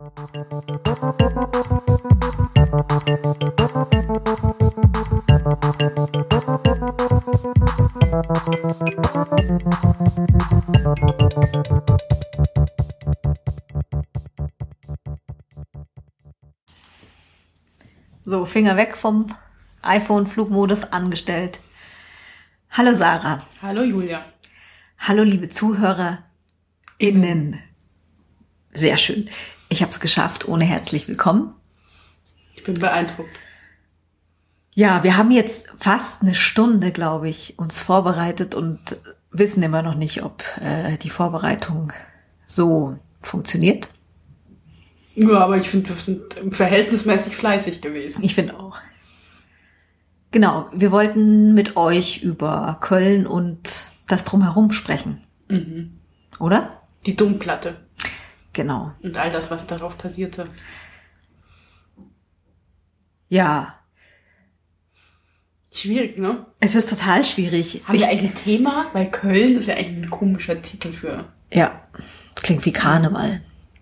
So, Finger weg vom iPhone-Flugmodus angestellt. Hallo Sarah. Hallo Julia. Hallo liebe ZuhörerInnen. Sehr schön. Ich habe es geschafft, ohne herzlich willkommen. Ich bin beeindruckt. Ja, wir haben jetzt fast eine Stunde, glaube ich, uns vorbereitet und wissen immer noch nicht, ob die Vorbereitung so funktioniert. Ja, aber ich finde, wir sind verhältnismäßig fleißig gewesen. Ich finde auch. Genau, wir wollten mit euch über Köln und das Drumherum sprechen. Mhm. Oder? Die Domplatte. Genau. Und all das, was darauf passierte. Ja. Schwierig, ne? Es ist total schwierig. Haben wir eigentlich ein Thema? Weil Köln ist ja eigentlich ein komischer Titel für... Ja, das klingt wie Karneval.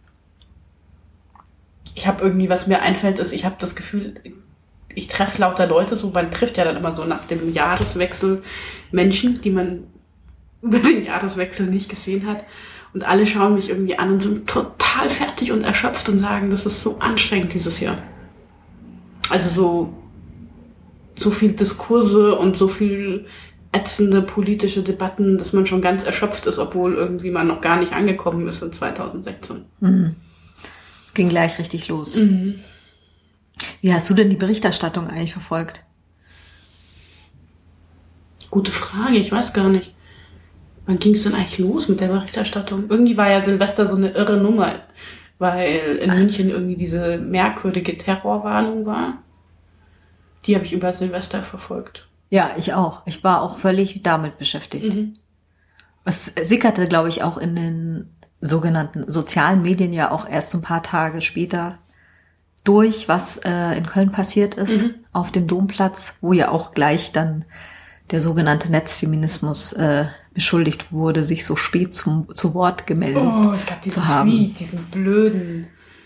Ich habe irgendwie, was mir einfällt, ist, ich habe das Gefühl, ich treffe lauter Leute, so man trifft ja dann immer so nach dem Jahreswechsel Menschen, die man über den Jahreswechsel nicht gesehen hat. Und alle schauen mich irgendwie an und sind total fertig und erschöpft und sagen, das ist so anstrengend dieses Jahr. Also so viel Diskurse und so viel ätzende politische Debatten, dass man schon ganz erschöpft ist, obwohl irgendwie man noch gar nicht angekommen ist in 2016. Mhm. Ging gleich richtig los. Mhm. Wie hast du denn die Berichterstattung eigentlich verfolgt? Gute Frage, ich weiß gar nicht. Wann ging es denn eigentlich los mit der Berichterstattung? Irgendwie war ja Silvester so eine irre Nummer, weil in München irgendwie diese merkwürdige Terrorwarnung war. Die habe ich über Silvester verfolgt. Ja, ich auch. Ich war auch völlig damit beschäftigt. Mhm. Es sickerte, glaube ich, auch in den sogenannten sozialen Medien ja auch erst so ein paar Tage später durch, was in Köln passiert ist, auf dem Domplatz, wo ja auch gleich dann der sogenannte Netzfeminismus beschuldigt wurde, sich so spät zu Wort gemeldet zu haben. Oh, es gab diesen Tweet, diesen blöden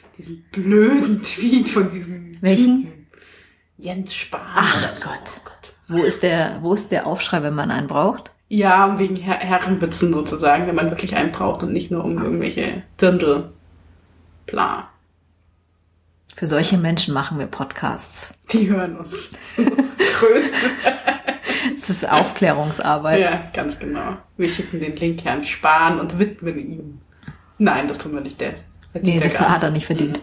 Tweet von diesem Welchen? Typen. Jens Spahn. Ach so. Gott. Oh Gott. Wo ist der Aufschrei, wenn man einen braucht? Ja, wegen Herrenwitzen sozusagen, wenn man wirklich einen braucht und nicht nur um irgendwelche Dirndl. Bla. Für solche Menschen machen wir Podcasts. Die hören uns. Das ist das Größte. Das ist Aufklärungsarbeit. Ja, ganz genau. Wir schicken den Link Herrn Spahn und widmen ihm. Nein, das tun wir nicht. Das hat er nicht verdient.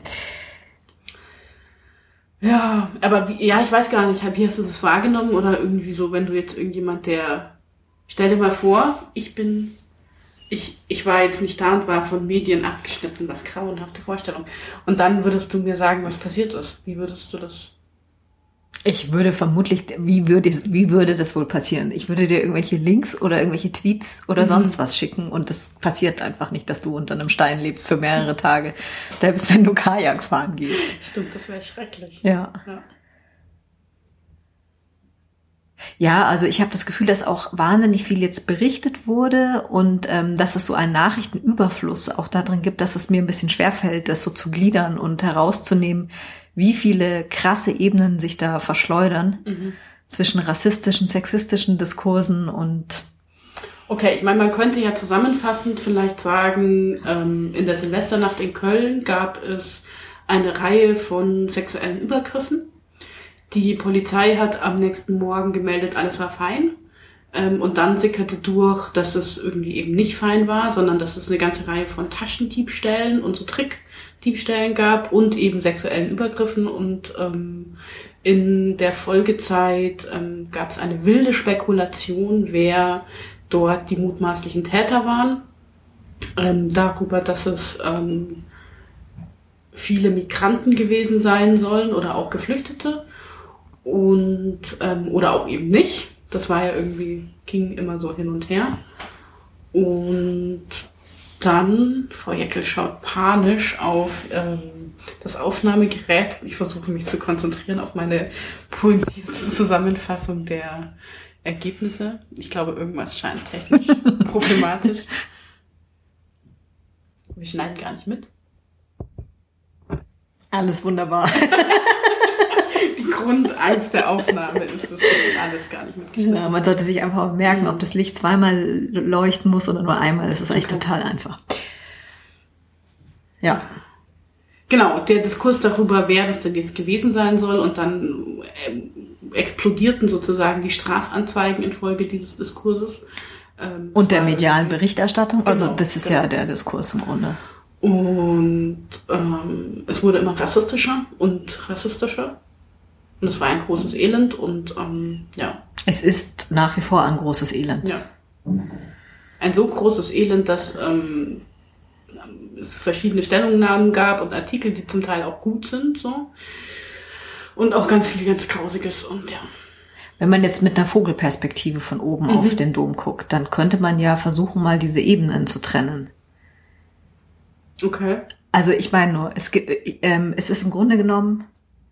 Ja, aber ich weiß gar nicht. Wie hast du das wahrgenommen? Oder irgendwie so, wenn du jetzt irgendjemand, stell dir mal vor, ich war jetzt nicht da und war von Medien abgeschnitten, was grauenhafte Vorstellung. Und dann würdest du mir sagen, was passiert ist. Wie würdest du das? Ich würde vermutlich, wie würde das wohl passieren? Ich würde dir irgendwelche Links oder irgendwelche Tweets oder sonst was schicken und das passiert einfach nicht, dass du unter einem Stein lebst für mehrere Tage, selbst wenn du Kajak fahren gehst. Stimmt, das wäre schrecklich. Ja. Ja, also ich habe das Gefühl, dass auch wahnsinnig viel jetzt berichtet wurde und dass es so einen Nachrichtenüberfluss auch da drin gibt, dass es mir ein bisschen schwerfällt, das so zu gliedern und herauszunehmen, wie viele krasse Ebenen sich da verschleudern zwischen rassistischen, sexistischen Diskursen und... Okay, ich meine, man könnte ja zusammenfassend vielleicht sagen, in der Silvesternacht in Köln gab es eine Reihe von sexuellen Übergriffen. Die Polizei hat am nächsten Morgen gemeldet, alles war fein. Und dann sickerte durch, dass es irgendwie eben nicht fein war, sondern dass es eine ganze Reihe von Taschendiebstählen und so Trickdiebstählen gab und eben sexuellen Übergriffen. Und in der Folgezeit gab es eine wilde Spekulation, wer dort die mutmaßlichen Täter waren. Darüber, dass es viele Migranten gewesen sein sollen oder auch Geflüchtete. Und oder auch eben nicht. Das war ja irgendwie, ging immer so hin und her. Und dann, Frau Jeckel schaut panisch auf das Aufnahmegerät. Ich versuche mich zu konzentrieren auf meine pointierte Zusammenfassung der Ergebnisse. Ich glaube, irgendwas scheint technisch problematisch. Wir schneiden gar nicht mit. Alles wunderbar. Die Grund 1 der Aufnahme ist das alles gar nicht mitgeschnitten. Ja, man sollte sich einfach merken, ob das Licht zweimal leuchten muss oder nur einmal. Das ist eigentlich total einfach. Ja. Genau, der Diskurs darüber, wer das denn jetzt gewesen sein soll, und dann explodierten sozusagen die Strafanzeigen infolge dieses Diskurses. Und der medialen Berichterstattung. Genau, Also das ist ja der Diskurs im Grunde. Und es wurde immer rassistischer und rassistischer. Und es war ein großes Elend und ja. Es ist nach wie vor ein großes Elend. Ja. Ein so großes Elend, dass es verschiedene Stellungnahmen gab und Artikel, die zum Teil auch gut sind, so. Und auch ganz viel ganz Grausiges und ja. Wenn man jetzt mit einer Vogelperspektive von oben auf den Dom guckt, dann könnte man ja versuchen, mal diese Ebenen zu trennen. Okay. Also ich meine nur, es ist im Grunde genommen,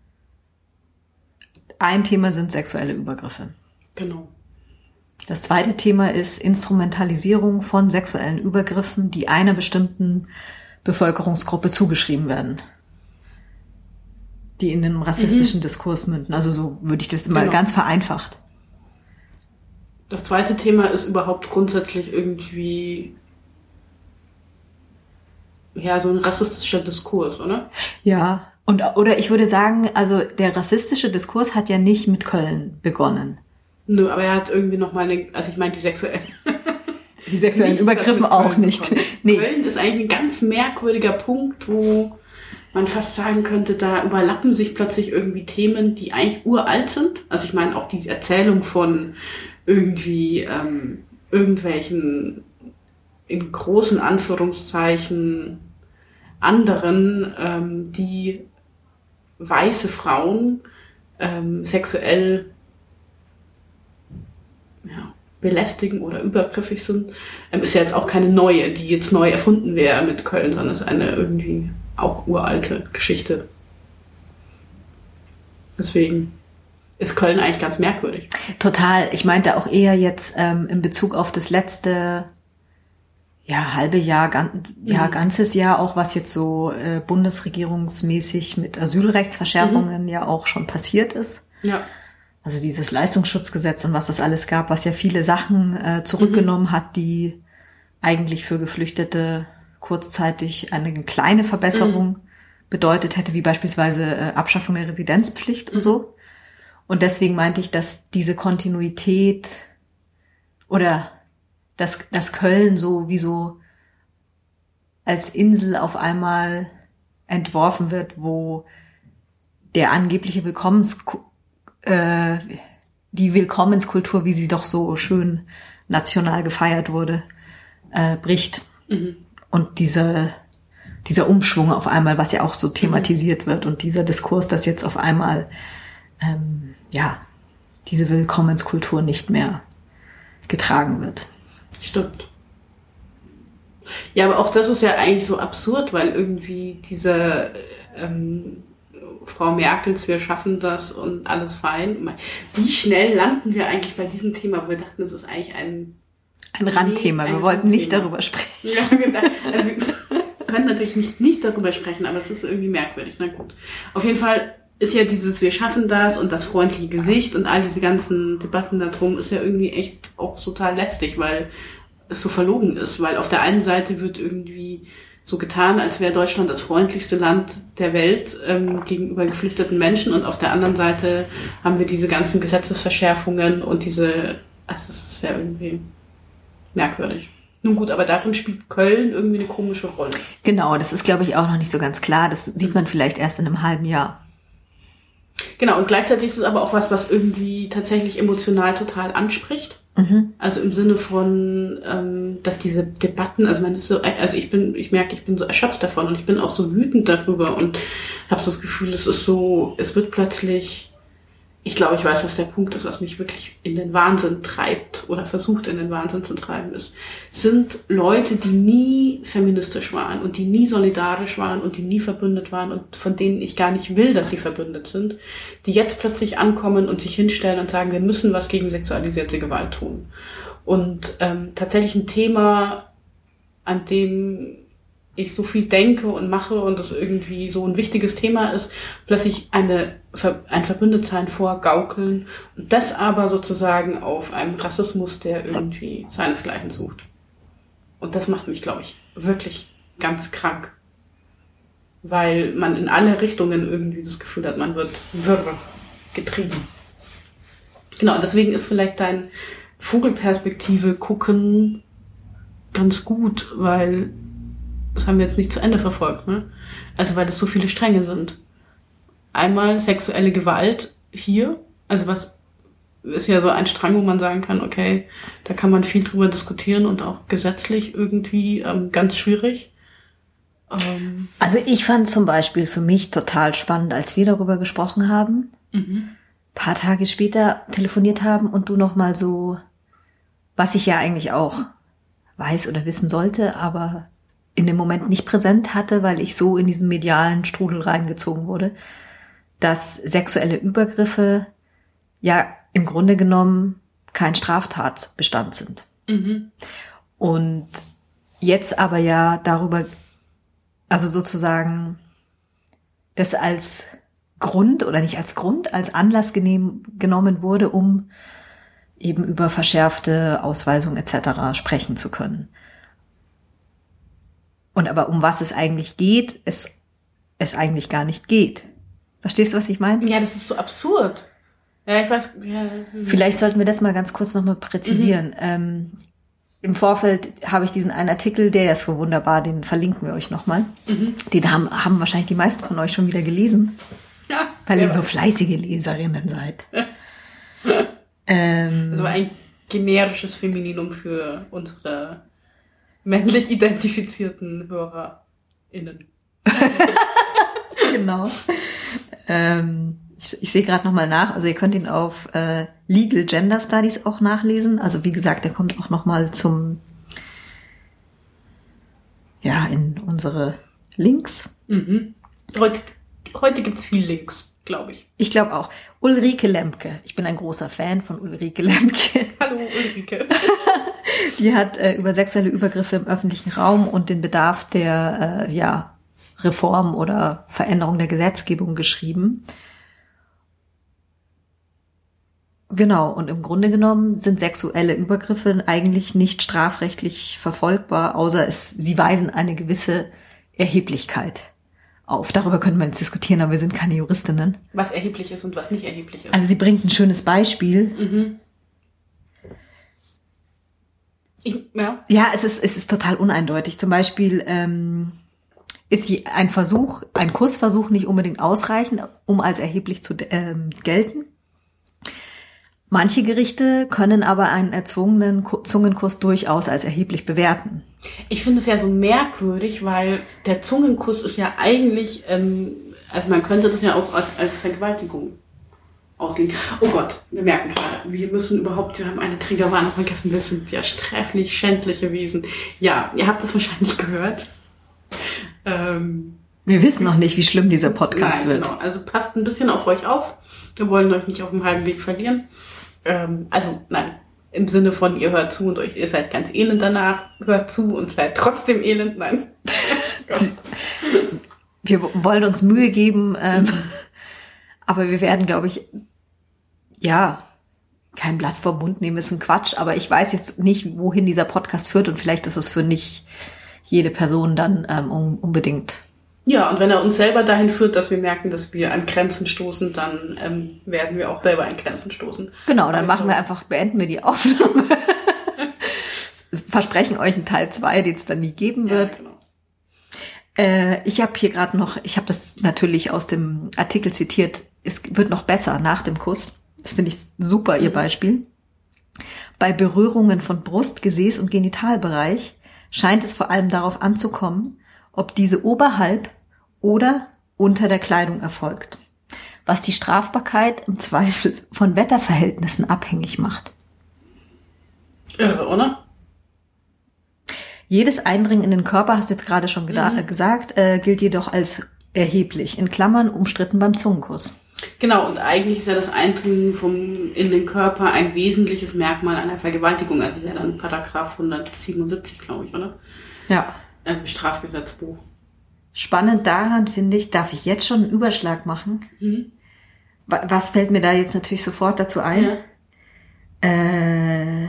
ein Thema sind sexuelle Übergriffe. Genau. Das zweite Thema ist Instrumentalisierung von sexuellen Übergriffen, die einer bestimmten Bevölkerungsgruppe zugeschrieben werden, die in einem rassistischen Diskurs münden. Also so würde ich das mal ganz vereinfacht. Das zweite Thema ist überhaupt grundsätzlich irgendwie ja so ein rassistischer Diskurs, oder? Ja, oder ich würde sagen, also der rassistische Diskurs hat ja nicht mit Köln begonnen. Nö, aber er hat irgendwie nochmal also ich meine die sexuellen Übergriffe auch nicht. Nee. Köln ist eigentlich ein ganz merkwürdiger Punkt, wo man fast sagen könnte, da überlappen sich plötzlich irgendwie Themen, die eigentlich uralt sind. Also ich meine auch die Erzählung von irgendwie irgendwelchen in großen Anführungszeichen anderen, die weiße Frauen sexuell belästigen oder übergriffig sind, ist ja jetzt auch keine neue, die jetzt neu erfunden wäre mit Köln, sondern ist eine irgendwie auch uralte Geschichte. Deswegen ist Köln eigentlich ganz merkwürdig. Total. Ich meinte auch eher jetzt in Bezug auf das letzte halbe Jahr, ganzes Jahr auch, was jetzt so bundesregierungsmäßig mit Asylrechtsverschärfungen ja auch schon passiert ist. Ja. Also dieses Leistungsschutzgesetz und was das alles gab, was ja viele Sachen zurückgenommen hat, die eigentlich für Geflüchtete kurzzeitig eine kleine Verbesserung bedeutet hätte, wie beispielsweise Abschaffung der Residenzpflicht und so. Und deswegen meinte ich, dass diese Kontinuität oder dass Köln so wie so als Insel auf einmal entworfen wird, wo der angebliche die Willkommenskultur, wie sie doch so schön national gefeiert wurde, bricht. Und dieser Umschwung auf einmal, was ja auch so thematisiert wird und dieser Diskurs, dass jetzt auf einmal diese Willkommenskultur nicht mehr getragen wird. Stimmt. Ja, aber auch das ist ja eigentlich so absurd, weil irgendwie diese Frau Merkels, wir schaffen das und alles fein. Wie schnell landen wir eigentlich bei diesem Thema? Wir dachten, das ist eigentlich ein Randthema. Wir wollten nicht darüber sprechen. Ja, wir können natürlich nicht darüber sprechen, aber es ist irgendwie merkwürdig. Na gut. Auf jeden Fall ist ja dieses wir schaffen das und das freundliche Gesicht und all diese ganzen Debatten darum ist ja irgendwie echt auch total lästig, weil es so verlogen ist. Weil auf der einen Seite wird irgendwie so getan, als wäre Deutschland das freundlichste Land der Welt gegenüber geflüchteten Menschen und auf der anderen Seite haben wir diese ganzen Gesetzesverschärfungen und es ist ja irgendwie merkwürdig. Nun gut, aber darin spielt Köln irgendwie eine komische Rolle. Genau, das ist, glaube ich, auch noch nicht so ganz klar. Das sieht man vielleicht erst in einem halben Jahr. Genau, und gleichzeitig ist es aber auch was irgendwie tatsächlich emotional total anspricht. Also im Sinne von, dass diese Debatten, ich merke, ich bin so erschöpft davon und ich bin auch so wütend darüber und habe so das Gefühl, es wird plötzlich, ich glaube, ich weiß, was der Punkt ist, was mich wirklich in den Wahnsinn treibt oder versucht in den Wahnsinn zu treiben sind Leute, die nie feministisch waren und die nie solidarisch waren und die nie verbündet waren und von denen ich gar nicht will, dass sie verbündet sind, die jetzt plötzlich ankommen und sich hinstellen und sagen, wir müssen was gegen sexualisierte Gewalt tun. Und tatsächlich ein Thema, an dem ich so viel denke und mache und das irgendwie so ein wichtiges Thema ist, plötzlich ein Verbündetsein vorgaukeln und das aber sozusagen auf einem Rassismus, der irgendwie seinesgleichen sucht. Und das macht mich, glaube ich, wirklich ganz krank. Weil man in alle Richtungen irgendwie das Gefühl hat, man wird wirr getrieben. Genau, deswegen ist vielleicht dein Vogelperspektive gucken ganz gut, weil das haben wir jetzt nicht zu Ende verfolgt, ne? Also weil das so viele Stränge sind. Einmal sexuelle Gewalt hier, also was ist ja so ein Strang, wo man sagen kann, okay, da kann man viel drüber diskutieren und auch gesetzlich irgendwie ganz schwierig. Also ich fand zum Beispiel für mich total spannend, als wir darüber gesprochen haben, paar Tage später telefoniert haben und du nochmal so, was ich ja eigentlich auch weiß oder wissen sollte, aber in dem Moment nicht präsent hatte, weil ich so in diesen medialen Strudel reingezogen wurde, dass sexuelle Übergriffe ja im Grunde genommen kein Straftatbestand sind. Und jetzt aber ja darüber, also sozusagen das als Grund oder nicht als Grund, als Anlass genommen wurde, um eben über verschärfte Ausweisung etc. sprechen zu können. Und aber um was es eigentlich geht, es eigentlich gar nicht geht. Verstehst du, was ich meine? Ja, das ist so absurd. Ja, ich weiß. Ja. Vielleicht sollten wir das mal ganz kurz nochmal präzisieren. Im Vorfeld habe ich diesen einen Artikel, der ist so wunderbar, den verlinken wir euch nochmal. Den haben wahrscheinlich die meisten von euch schon wieder gelesen. Ja, weil ihr so fleißige Leserinnen seid. Das war ein generisches Femininum für unsere männlich identifizierten HörerInnen. Genau. Ich sehe gerade nochmal nach. Also ihr könnt ihn auf Legal Gender Studies auch nachlesen. Also wie gesagt, der kommt auch nochmal in unsere Links. Heute gibt's viel Links, glaube ich. Ich glaube auch. Ulrike Lemke. Ich bin ein großer Fan von Ulrike Lemke. Hallo Ulrike. Die hat über sexuelle Übergriffe im öffentlichen Raum und den Bedarf der Reform oder Veränderung der Gesetzgebung geschrieben. Genau, und im Grunde genommen sind sexuelle Übergriffe eigentlich nicht strafrechtlich verfolgbar, außer sie weisen eine gewisse Erheblichkeit auf. Darüber könnte man jetzt diskutieren, aber wir sind keine Juristinnen. Was erheblich ist und was nicht erheblich ist. Also sie bringt ein schönes Beispiel. Ja, es ist total uneindeutig. Zum Beispiel ist ein Kussversuch nicht unbedingt ausreichend, um als erheblich zu gelten. Manche Gerichte können aber einen erzwungenen Zungenkuss durchaus als erheblich bewerten. Ich finde es ja so merkwürdig, weil der Zungenkuss ist ja eigentlich, also man könnte das ja auch als Vergewaltigung auslegen. Oh Gott, wir merken gerade, wir haben eine Triggerwarnung vergessen, das sind ja sträflich schändliche Wesen. Ja, ihr habt es wahrscheinlich gehört. Wir wissen noch nicht, wie schlimm dieser Podcast wird. Genau, also passt ein bisschen auf euch auf. Wir wollen euch nicht auf dem halben Weg verlieren. Nein, im Sinne von, ihr hört zu und ihr seid ganz elend danach, hört zu und seid trotzdem elend, nein. Wir wollen uns Mühe geben, aber wir werden, glaube ich, kein Blatt vom Mund nehmen, ist ein Quatsch, aber ich weiß jetzt nicht, wohin dieser Podcast führt und vielleicht ist es für nicht jede Person dann unbedingt. Ja, und wenn er uns selber dahin führt, dass wir merken, dass wir an Grenzen stoßen, dann werden wir auch selber an Grenzen stoßen. Genau, dann beenden wir die Aufnahme. Versprechen euch einen Teil 2, den es dann nie geben wird. Ja, genau. Ich habe das natürlich aus dem Artikel zitiert, es wird noch besser nach dem Kuss. Das finde ich super, Ihr Beispiel. Bei Berührungen von Brust, Gesäß und Genitalbereich scheint es vor allem darauf anzukommen, ob diese oberhalb oder unter der Kleidung erfolgt, was die Strafbarkeit im Zweifel von Wetterverhältnissen abhängig macht. Irre, oder? Jedes Eindringen in den Körper, hast du jetzt gerade schon gesagt, gilt jedoch als erheblich, in Klammern umstritten beim Zungenkuss. Genau, und eigentlich ist ja das Eindringen in den Körper ein wesentliches Merkmal einer Vergewaltigung. Also wäre dann Paragraph 177, glaube ich, oder? Ja. Strafgesetzbuch. Spannend daran finde ich, darf ich jetzt schon einen Überschlag machen? Mhm. Was fällt mir da jetzt natürlich sofort dazu ein? Ja.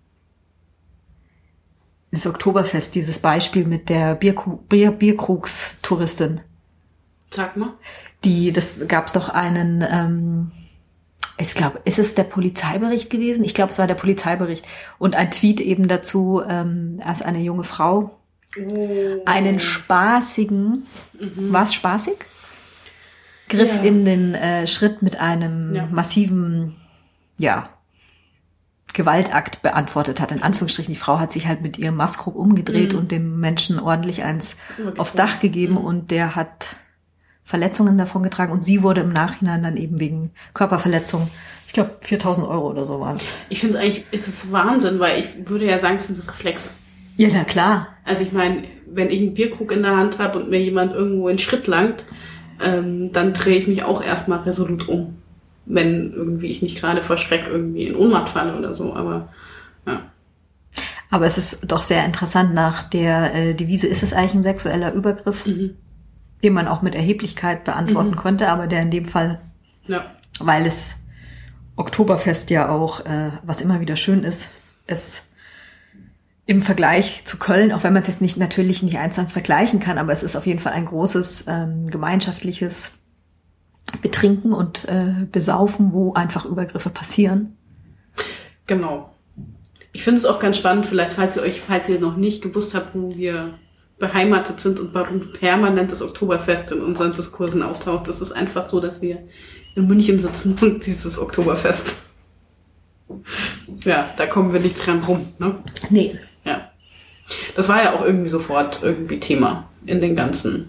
Das Oktoberfest, dieses Beispiel mit der Bierkrugstouristin. Sag mal. Das gab's doch einen, ich glaube, ist es der Polizeibericht gewesen? Ich glaube, es war der Polizeibericht. Und ein Tweet eben dazu, als eine junge Frau einen spaßigen, war es spaßig? Griff in den Schritt mit einem massiven, Gewaltakt beantwortet hat. In Anführungsstrichen, die Frau hat sich halt mit ihrem Maskrug umgedreht und dem Menschen ordentlich eins aufs Dach gegeben und der hat Verletzungen davongetragen und sie wurde im Nachhinein dann eben wegen Körperverletzung, ich glaube 4.000 € oder so waren es. Ich finde es eigentlich, ist es Wahnsinn, weil ich würde ja sagen, es ist ein Reflex. Ja, na klar. Also ich meine, wenn ich einen Bierkrug in der Hand habe und mir jemand irgendwo in den Schritt langt, dann drehe ich mich auch erstmal resolut um. Wenn irgendwie ich nicht gerade vor Schreck irgendwie in Ohnmacht falle oder so, aber ja. Aber es ist doch sehr interessant, nach der Devise, ist es eigentlich ein sexueller Übergriff, den man auch mit Erheblichkeit beantworten konnte, aber der in dem Fall, weil es Oktoberfest ja auch, was immer wieder schön ist, es im Vergleich zu Köln, auch wenn man es jetzt natürlich nicht 1:1 vergleichen kann, aber es ist auf jeden Fall ein großes gemeinschaftliches Betrinken und Besaufen, wo einfach Übergriffe passieren. Genau. Ich finde es auch ganz spannend, vielleicht, falls ihr noch nicht gewusst habt, wo wir beheimatet sind und warum permanent das Oktoberfest in unseren Diskursen auftaucht. Es ist einfach so, dass wir in München sitzen und dieses Oktoberfest. Ja, da kommen wir nicht dran rum, ne? Nee. Ja. Das war ja auch irgendwie sofort irgendwie Thema in den ganzen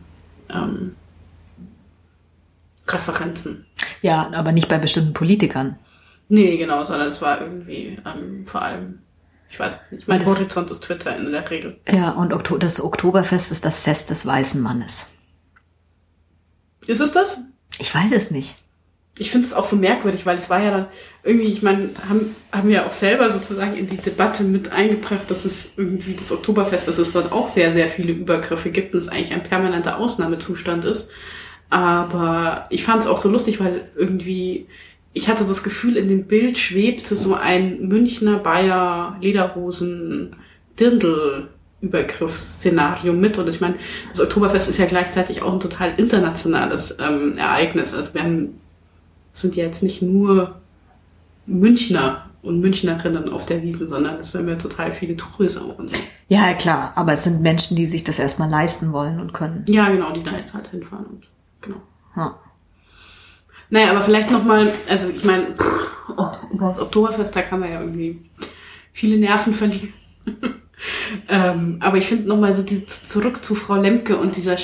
Referenzen. Ja, aber nicht bei bestimmten Politikern. Nee, genau, sondern es war irgendwie vor allem, ich weiß nicht, mein Horizont ist Twitter in der Regel. Ja, und das Oktoberfest ist das Fest des weißen Mannes. Ist es das? Ich weiß es nicht. Ich finde es auch so merkwürdig, weil es war ja dann irgendwie, ich meine, haben wir auch selber sozusagen in die Debatte mit eingebracht, dass es irgendwie das Oktoberfest, dass es dort auch sehr, sehr viele Übergriffe gibt und es eigentlich ein permanenter Ausnahmezustand ist. Aber ich fand es auch so lustig, weil irgendwie, ich hatte das Gefühl, in dem Bild schwebte so ein Münchner Bayer Lederhosen Dirndl-Übergriffsszenario mit. Und ich meine, das Oktoberfest ist ja gleichzeitig auch ein total internationales Ereignis. Also sind ja jetzt nicht nur Münchner und Münchnerinnen auf der Wiesn, sondern es sind ja total viele Touris auch und so. Ja, klar, aber es sind Menschen, die sich das erstmal leisten wollen und können. Ja, genau, die da jetzt halt hinfahren und genau. Ja. Naja, aber vielleicht nochmal, also ich meine, über das Oktoberfest, da kann man ja irgendwie viele Nerven verlieren. Aber ich finde nochmal so zurück zu Frau Lemke und dieser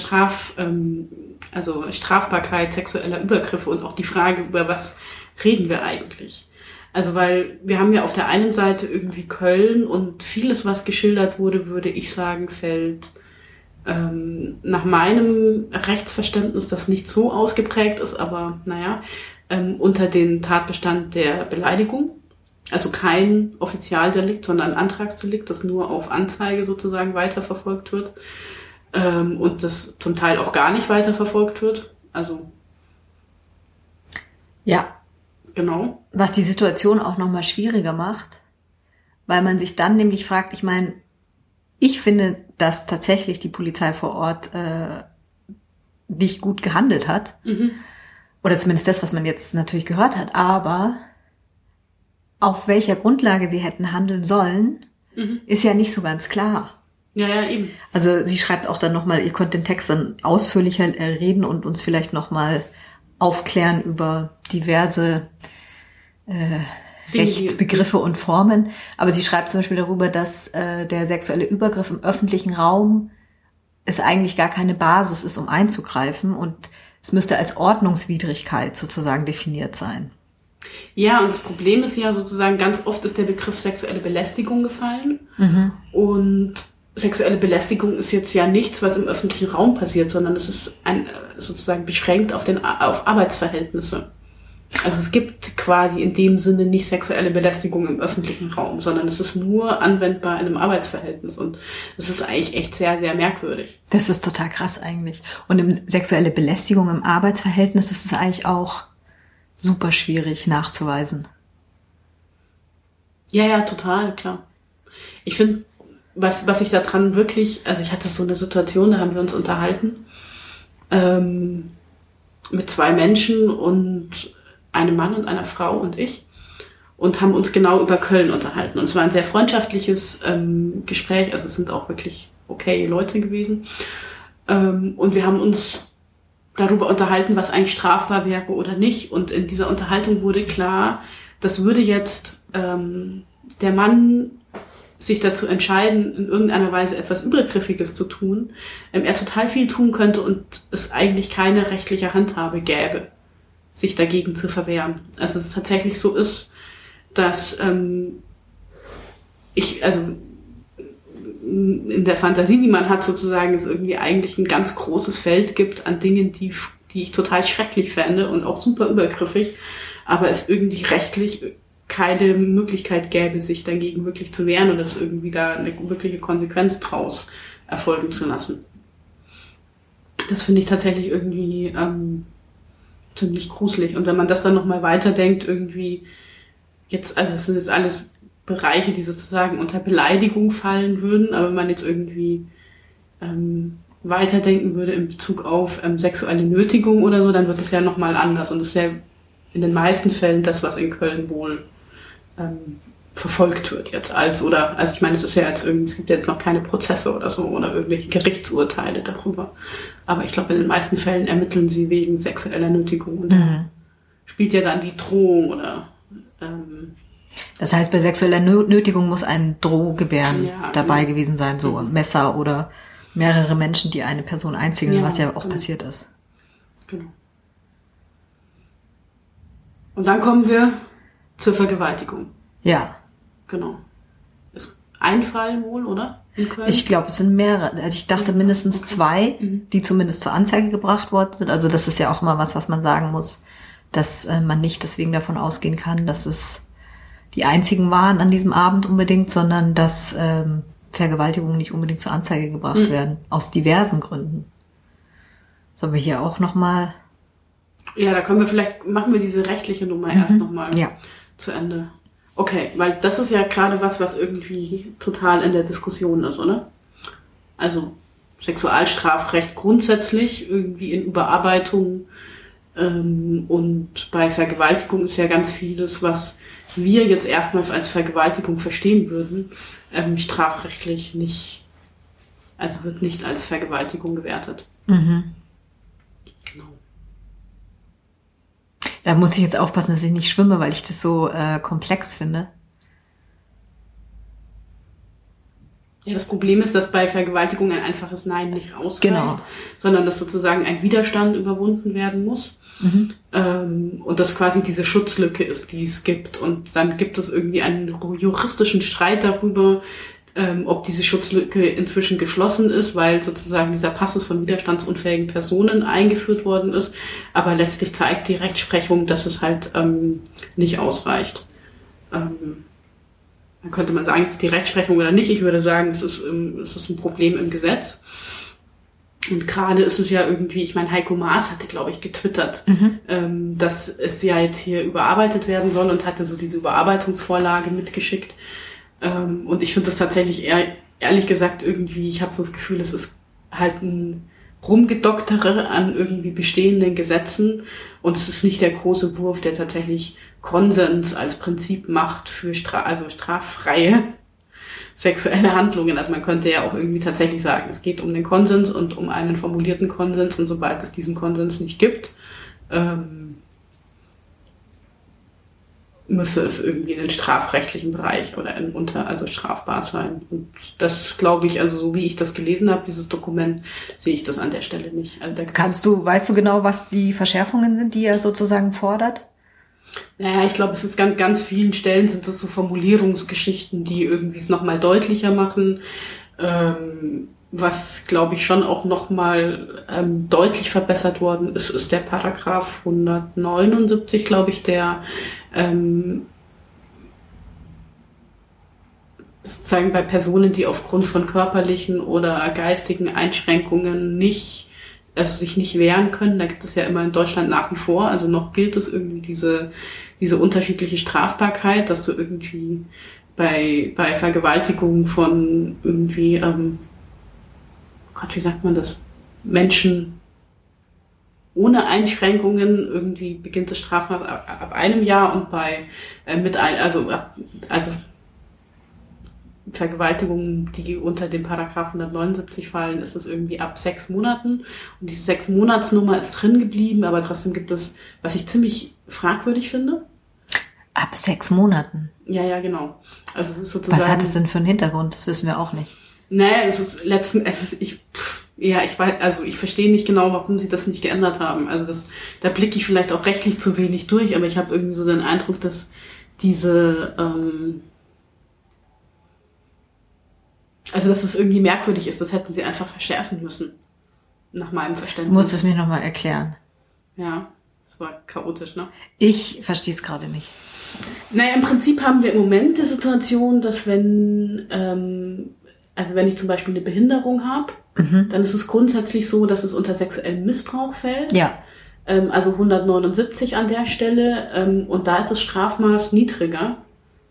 Strafbarkeit sexueller Übergriffe und auch die Frage, über was reden wir eigentlich? Also weil wir haben ja auf der einen Seite irgendwie Köln und vieles, was geschildert wurde, würde ich sagen, fällt nach meinem Rechtsverständnis, das nicht so ausgeprägt ist, aber naja, unter den Tatbestand der Beleidigung. Also kein Offizialdelikt, sondern ein Antragsdelikt, das nur auf Anzeige sozusagen weiterverfolgt wird und das zum Teil auch gar nicht weiterverfolgt wird. Also ja, genau. Was die Situation auch nochmal schwieriger macht, weil man sich dann nämlich fragt, ich meine, ich finde, dass tatsächlich die Polizei vor Ort nicht gut gehandelt hat. Mhm. Oder zumindest das, was man jetzt natürlich gehört hat. Aber auf welcher Grundlage sie hätten handeln sollen, ist ja nicht so ganz klar. Ja, eben. Also sie schreibt auch dann nochmal, ihr könnt den Text dann ausführlicher reden und uns vielleicht nochmal aufklären über diverse Rechtsbegriffe und Formen. Aber sie schreibt zum Beispiel darüber, dass der sexuelle Übergriff im öffentlichen Raum es eigentlich gar keine Basis ist, um einzugreifen. Und es müsste als Ordnungswidrigkeit sozusagen definiert sein. Ja, und das Problem ist ja sozusagen, ganz oft ist der Begriff sexuelle Belästigung gefallen. Mhm. Und sexuelle Belästigung ist jetzt ja nichts, was im öffentlichen Raum passiert, sondern es ist sozusagen beschränkt auf Arbeitsverhältnisse. Also es gibt quasi in dem Sinne nicht sexuelle Belästigung im öffentlichen Raum, sondern es ist nur anwendbar in einem Arbeitsverhältnis. Und es ist eigentlich echt sehr, sehr merkwürdig. Das ist total krass eigentlich. Und sexuelle Belästigung im Arbeitsverhältnis ist es eigentlich auch super schwierig nachzuweisen. Ja, total, klar. Ich finde, was ich da dran wirklich, also ich hatte so eine Situation, da haben wir uns unterhalten, mit 2 Menschen und einem Mann und einer Frau und ich und haben uns genau über Köln unterhalten. Und es war ein sehr freundschaftliches Gespräch, also es sind auch wirklich okay Leute gewesen. Und wir haben uns darüber unterhalten, was eigentlich strafbar wäre oder nicht. Und in dieser Unterhaltung wurde klar, das würde jetzt der Mann sich dazu entscheiden, in irgendeiner Weise etwas Übergriffiges zu tun, er total viel tun könnte und es eigentlich keine rechtliche Handhabe gäbe, sich dagegen zu verwehren. Also es tatsächlich so ist, dass in der Fantasie, die man hat sozusagen, es irgendwie eigentlich ein ganz großes Feld gibt an Dingen, die ich total schrecklich fände und auch super übergriffig, aber es irgendwie rechtlich keine Möglichkeit gäbe, sich dagegen wirklich zu wehren oder es irgendwie da eine wirkliche Konsequenz draus erfolgen zu lassen. Das finde ich tatsächlich irgendwie ziemlich gruselig. Und wenn man das dann nochmal weiterdenkt, irgendwie jetzt, also es sind jetzt alles Bereiche, die sozusagen unter Beleidigung fallen würden, aber wenn man jetzt irgendwie weiterdenken würde in Bezug auf sexuelle Nötigung oder so, dann wird es ja nochmal anders. Und das ist ja in den meisten Fällen das, was in Köln wohl verfolgt wird jetzt also ich meine, es ist ja jetzt es gibt jetzt noch keine Prozesse oder so oder irgendwelche Gerichtsurteile darüber. Aber ich glaube, in den meisten Fällen ermitteln sie wegen sexueller Nötigung und spielt ja dann die Drohung oder das heißt, bei sexueller Nötigung muss ein Drohgebären dabei gewesen sein, so ein Messer oder mehrere Menschen, die eine Person einziehen, was ja auch passiert ist. Genau. Und dann kommen wir zur Vergewaltigung. Ja. Genau. Ist ein Fall wohl, oder? In Köln? Ich glaube, es sind mehrere. Also ich dachte mindestens 2, die zumindest zur Anzeige gebracht worden sind. Also das ist ja auch immer was man sagen muss, dass man nicht deswegen davon ausgehen kann, dass es die einzigen waren an diesem Abend unbedingt, sondern dass Vergewaltigungen nicht unbedingt zur Anzeige gebracht werden. Aus diversen Gründen. Sollen wir hier auch nochmal... Ja, da machen wir diese rechtliche Nummer erst nochmal zu Ende. Okay, weil das ist ja gerade was irgendwie total in der Diskussion ist, oder? Also Sexualstrafrecht grundsätzlich irgendwie in Überarbeitung und bei Vergewaltigung ist ja ganz vieles, was wir jetzt erstmal als Vergewaltigung verstehen würden, strafrechtlich nicht, also wird nicht als Vergewaltigung gewertet. Genau. Da muss ich jetzt aufpassen, dass ich nicht schwimme, weil ich das so komplex finde. Ja, das Problem ist, dass bei Vergewaltigung ein einfaches Nein nicht ausreicht, sondern dass sozusagen ein Widerstand überwunden werden muss. Und das quasi diese Schutzlücke ist, die es gibt. Und dann gibt es irgendwie einen juristischen Streit darüber, ob diese Schutzlücke inzwischen geschlossen ist, weil sozusagen dieser Passus von widerstandsunfähigen Personen eingeführt worden ist. Aber letztlich zeigt die Rechtsprechung, dass es halt nicht ausreicht. Dann könnte man sagen, ist die Rechtsprechung oder nicht. Ich würde sagen, es ist ein Problem im Gesetz. Und gerade ist es ja irgendwie, ich meine, Heiko Maas hatte, glaube ich, getwittert, dass es ja jetzt hier überarbeitet werden soll und hatte so diese Überarbeitungsvorlage mitgeschickt. Und ich finde das tatsächlich ehrlich gesagt irgendwie, ich habe so das Gefühl, es ist halt ein Rumgedoktere an irgendwie bestehenden Gesetzen und es ist nicht der große Wurf, der tatsächlich Konsens als Prinzip macht für straffreie sexuelle Handlungen. Also man könnte ja auch irgendwie tatsächlich sagen, es geht um den Konsens und um einen formulierten Konsens und sobald es diesen Konsens nicht gibt, müsste es irgendwie in den strafrechtlichen Bereich oder also strafbar sein. Und das glaube ich, also so wie ich das gelesen habe, dieses Dokument, sehe ich das an der Stelle nicht. Also weißt du genau, was die Verschärfungen sind, die er sozusagen fordert? Naja, ich glaube, es ist ganz vielen Stellen sind das so Formulierungsgeschichten, die irgendwie es nochmal deutlicher machen. Was, glaube ich, schon auch nochmal deutlich verbessert worden ist der Paragraph 179, glaube ich, der sozusagen bei Personen, die aufgrund von körperlichen oder geistigen Einschränkungen sich nicht wehren können, da gibt es ja immer in Deutschland nach wie vor, also noch gilt es irgendwie diese unterschiedliche Strafbarkeit, dass du irgendwie bei Vergewaltigung von irgendwie, Gott, wie sagt man das, Menschen ohne Einschränkungen, irgendwie beginnt das Strafmaß ab einem Jahr und bei Vergewaltigungen, die unter den Paragraph 179 fallen, ist es irgendwie ab 6 Monaten. Und diese 6-Monats-Nummer ist drin geblieben, aber trotzdem gibt es, was ich ziemlich fragwürdig finde. Ab 6 Monaten? Ja, genau. Also es ist sozusagen. Was hat es denn für einen Hintergrund? Das wissen wir auch nicht. Naja, es ist letzten Endes, ich verstehe nicht genau, warum sie das nicht geändert haben. Also da blicke ich vielleicht auch rechtlich zu wenig durch, aber ich habe irgendwie so den Eindruck, dass dass es irgendwie merkwürdig ist, das hätten sie einfach verschärfen müssen. Nach meinem Verständnis. Musst du es mir nochmal erklären? Ja, das war chaotisch, ne? Ich verstehe es gerade nicht. Naja, im Prinzip haben wir im Moment die Situation, dass wenn ich zum Beispiel eine Behinderung habe, dann ist es grundsätzlich so, dass es unter sexuellen Missbrauch fällt. Ja. Also 179 an der Stelle. Und da ist das Strafmaß niedriger,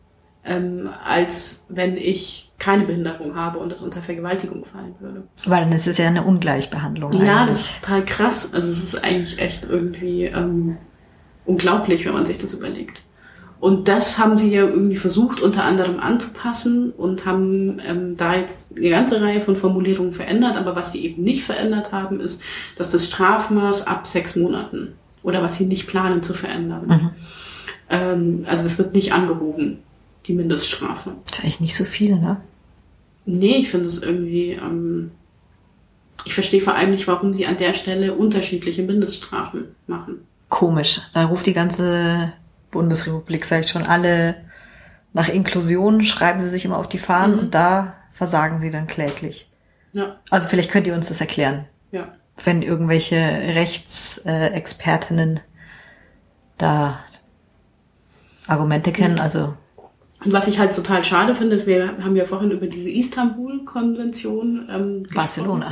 als wenn ich keine Behinderung habe und das unter Vergewaltigung fallen würde. Weil dann ist es ja eine Ungleichbehandlung. Ja, das ist total krass. Also es ist eigentlich echt irgendwie unglaublich, wenn man sich das überlegt. Und das haben sie ja irgendwie versucht, unter anderem anzupassen und haben da jetzt eine ganze Reihe von Formulierungen verändert. Aber was sie eben nicht verändert haben, ist, dass das Strafmaß ab 6 Monaten oder was sie nicht planen zu verändern. Also es wird nicht angehoben, die Mindeststrafe. Das ist eigentlich nicht so viel, ne? Nee, ich finde es irgendwie, ich verstehe vor allem nicht, warum sie an der Stelle unterschiedliche Mindeststrafen machen. Komisch. Da ruft die ganze Bundesrepublik, sag ich schon, alle nach Inklusion, schreiben sie sich immer auf die Fahnen und da versagen sie dann kläglich. Ja. Also vielleicht könnt ihr uns das erklären. Ja. Wenn irgendwelche Rechtsexpertinnen da Argumente kennen, also. Und was ich halt total schade finde, ist, wir haben ja vorhin über diese Istanbul-Konvention Barcelona.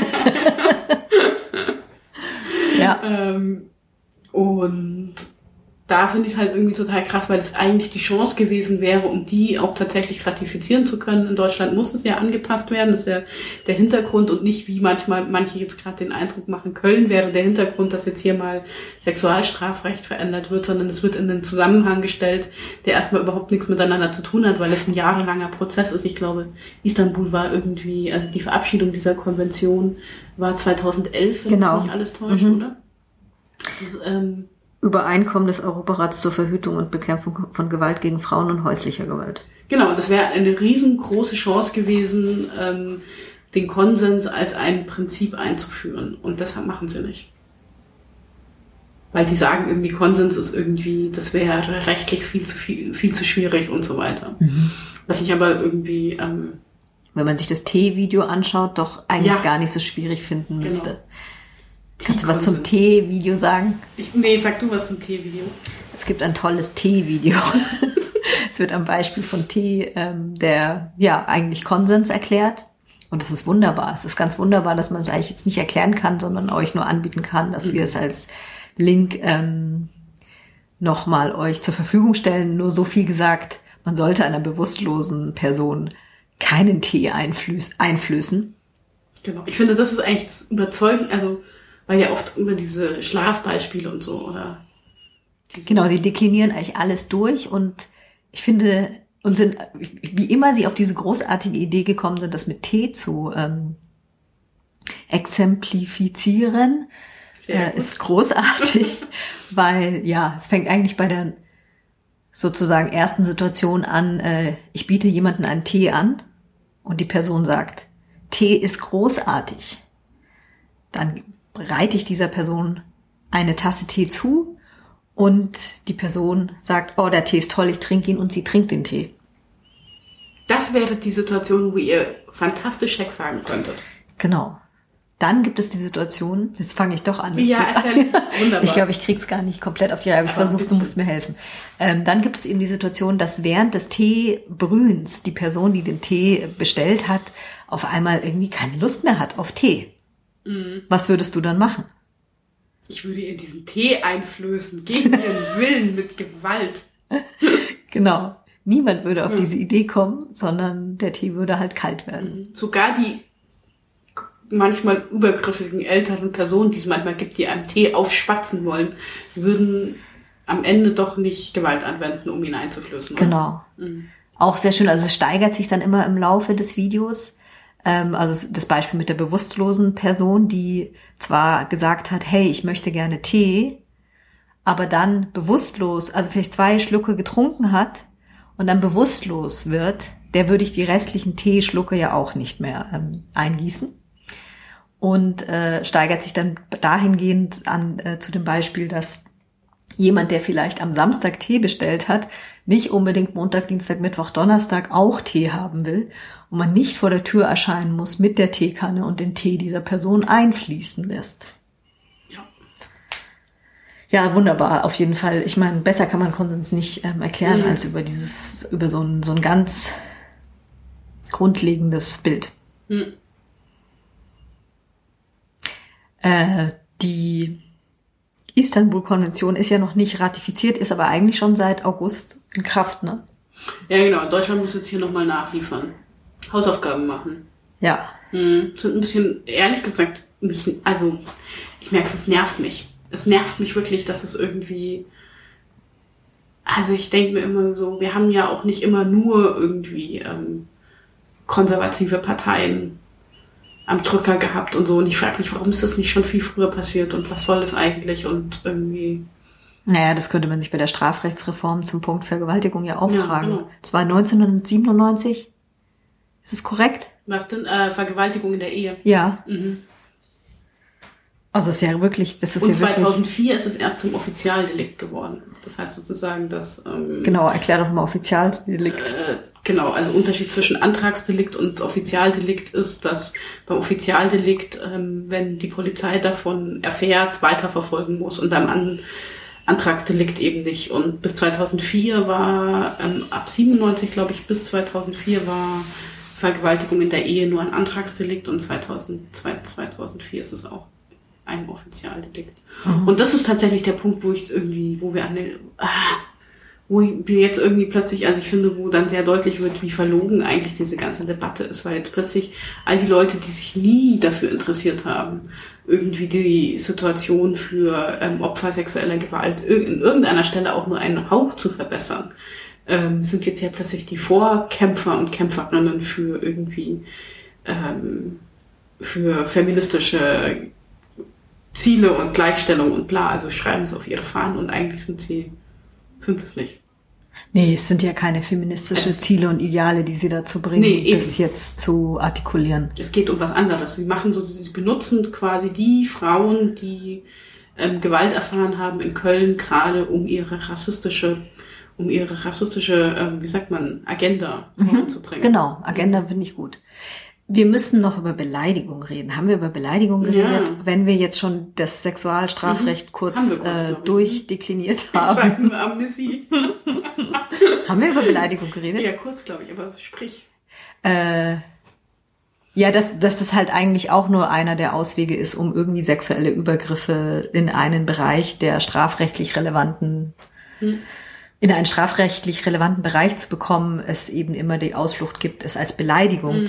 Ja. Und da finde ich es halt irgendwie total krass, weil es eigentlich die Chance gewesen wäre, um die auch tatsächlich ratifizieren zu können. In Deutschland muss es ja angepasst werden, das ist ja der Hintergrund und nicht, wie manchmal manche jetzt gerade den Eindruck machen, Köln wäre der Hintergrund, dass jetzt hier mal Sexualstrafrecht verändert wird, sondern es wird in einen Zusammenhang gestellt, der erstmal überhaupt nichts miteinander zu tun hat, weil es ein jahrelanger Prozess ist. Ich glaube, Istanbul war irgendwie, also die Verabschiedung dieser Konvention war 2011, wenn mich nicht alles täuscht, oder? Das ist, Übereinkommen des Europarats zur Verhütung und Bekämpfung von Gewalt gegen Frauen und häuslicher Gewalt. Genau, das wäre eine riesengroße Chance gewesen, den Konsens als ein Prinzip einzuführen. Und deshalb machen sie nicht. Weil sie sagen, irgendwie Konsens ist irgendwie, das wäre rechtlich viel zu schwierig und so weiter. Was ich aber irgendwie... wenn man sich das T-Video anschaut, doch eigentlich gar nicht so schwierig finden müsste. Genau. Kannst du was zum T-Video sagen? Sag du was zum T-Video. Es gibt ein tolles T-Video. Es wird am Beispiel von T, der eigentlich Konsens erklärt. Und es ist wunderbar. Es ist ganz wunderbar, dass man es eigentlich jetzt nicht erklären kann, sondern euch nur anbieten kann, dass wir es als Link nochmal euch zur Verfügung stellen. Nur so viel gesagt, man sollte einer bewusstlosen Person keinen Tee einflößen. Genau. Ich finde, das ist eigentlich das Überzeugen, also weil ja oft über diese Schlafbeispiele und so, oder? Genau, sie deklinieren eigentlich alles durch und ich finde, und sind, wie immer sie auf diese großartige Idee gekommen sind, das mit Tee zu exemplifizieren, ist großartig, weil es fängt eigentlich bei der sozusagen ersten Situation an, ich biete jemanden einen Tee an und die Person sagt, Tee ist großartig. Dann bereite ich dieser Person eine Tasse Tee zu und die Person sagt, oh, der Tee ist toll, ich trinke ihn und sie trinkt den Tee. Das wäre die Situation, wo ihr fantastisch Sex haben könntet. Genau. Dann gibt es die Situation, jetzt fange ich doch an. Wunderbar. Ich glaube, ich krieg's gar nicht komplett auf die Reihe, aber ich versuch's, du musst mir helfen. Dann gibt es eben die Situation, dass während des Teebrühens die Person, die den Tee bestellt hat, auf einmal irgendwie keine Lust mehr hat auf Tee. Mhm. Was würdest du dann machen? Ich würde ihr diesen Tee einflößen, gegen ihren Willen, mit Gewalt. Genau. Niemand würde auf diese Idee kommen, sondern der Tee würde halt kalt werden. Sogar die manchmal übergriffigen älteren Personen, die es manchmal gibt, die einem Tee aufschwatzen wollen, würden am Ende doch nicht Gewalt anwenden, um ihn einzuflößen. Oder? Genau. Mhm. Auch sehr schön. Also es steigert sich dann immer im Laufe des Videos. Also das Beispiel mit der bewusstlosen Person, die zwar gesagt hat, hey, ich möchte gerne Tee, aber dann bewusstlos, also vielleicht 2 Schlucke getrunken hat und dann bewusstlos wird, der würde ich die restlichen Teeschlucke ja auch nicht mehr eingießen. Und steigert sich dann dahingehend an zu dem Beispiel, dass jemand, der vielleicht am Samstag Tee bestellt hat, nicht unbedingt Montag, Dienstag, Mittwoch, Donnerstag auch Tee haben will und man nicht vor der Tür erscheinen muss mit der Teekanne und den Tee dieser Person einfließen lässt. Ja. Ja, wunderbar, auf jeden Fall. Ich meine, besser kann man Konsens nicht erklären als über so ein ganz grundlegendes Bild. Mhm. Die Istanbul-Konvention ist ja noch nicht ratifiziert, ist aber eigentlich schon seit August in Kraft, ne? Ja, genau. Deutschland muss jetzt hier nochmal nachliefern. Hausaufgaben machen. Ja. Sind ein bisschen, ehrlich gesagt, ich merke es nervt mich. Es nervt mich wirklich, dass es irgendwie, also ich denke mir immer so, wir haben ja auch nicht immer nur irgendwie konservative Parteien am Drücker gehabt und so. Und ich frage mich, warum ist das nicht schon viel früher passiert und was soll das eigentlich und irgendwie... Naja, das könnte man sich bei der Strafrechtsreform zum Punkt Vergewaltigung ja auch fragen. Genau. Das war 1997. Ist es korrekt? Was denn? Vergewaltigung in der Ehe? Ja. Mhm. Also das ist ja wirklich... Das ist und ja 2004 ist es erst zum Offizialdelikt geworden. Das heißt sozusagen, dass... genau, erklär doch mal Offizialdelikt. Genau, also Unterschied zwischen Antragsdelikt und Offizialdelikt ist, dass beim Offizialdelikt, wenn die Polizei davon erfährt, weiterverfolgen muss und beim Antragsdelikt eben nicht. Und bis 2004 war, ab 97 glaube ich, bis 2004 war Vergewaltigung in der Ehe nur ein Antragsdelikt und 2004 ist es auch ein Offizialdelikt. Mhm. Und das ist tatsächlich der Punkt, wo wir jetzt irgendwie plötzlich, also ich finde, wo dann sehr deutlich wird, wie verlogen eigentlich diese ganze Debatte ist, weil jetzt plötzlich all die Leute, die sich nie dafür interessiert haben, irgendwie die Situation für Opfer sexueller Gewalt in irgendeiner Stelle auch nur einen Hauch zu verbessern, sind jetzt ja plötzlich die Vorkämpfer und Kämpferinnen für irgendwie für feministische Ziele und Gleichstellung und bla, also schreiben es auf ihre Fahnen und eigentlich sind es nicht. Nee, es sind ja keine feministische Ziele und Ideale, die sie dazu bringen, das jetzt zu artikulieren. Es geht um was anderes. Sie benutzen quasi die Frauen, die Gewalt erfahren haben in Köln, gerade um ihre rassistische, wie sagt man, Agenda voranzubringen. Genau, Agenda finde ich gut. Wir müssen noch über Beleidigung reden. Haben wir über Beleidigung geredet? Ja. Wenn wir jetzt schon das Sexualstrafrecht kurz durchdekliniert haben. Ich sag nur Amnesie. Haben wir über Beleidigung geredet? Ja, kurz, glaube ich, aber sprich. Ja, dass das halt eigentlich auch nur einer der Auswege ist, um irgendwie sexuelle Übergriffe in einen Bereich der strafrechtlich relevanten in einen strafrechtlich relevanten Bereich zu bekommen, es eben immer die Ausflucht gibt, es als Beleidigung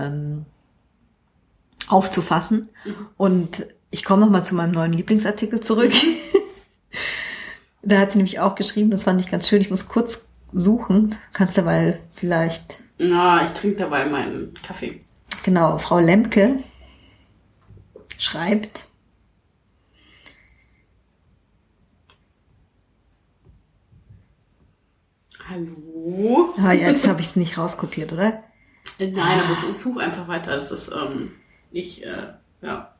aufzufassen. Und ich komme nochmal zu meinem neuen Lieblingsartikel zurück. Da hat sie nämlich auch geschrieben, das fand ich ganz schön, ich muss kurz suchen. Kannst dabei vielleicht... Na, ich trinke dabei meinen Kaffee. Genau, Frau Lemke schreibt... Hallo? Ah, jetzt habe ich es nicht rauskopiert, oder? Nein, aber ich suche einfach weiter. Es ist ja.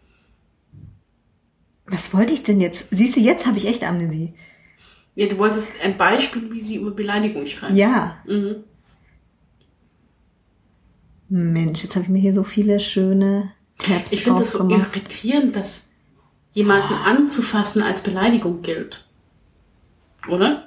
Was wollte ich denn jetzt? Siehst du, jetzt habe ich echt Amnesie. Ja, du wolltest ein Beispiel, wie sie über Beleidigung schreibt. Ja. Mensch, jetzt habe ich mir hier so viele schöne Tabs Ich finde das so aufgemacht. irritierend, dass jemanden anzufassen als Beleidigung gilt. Oder?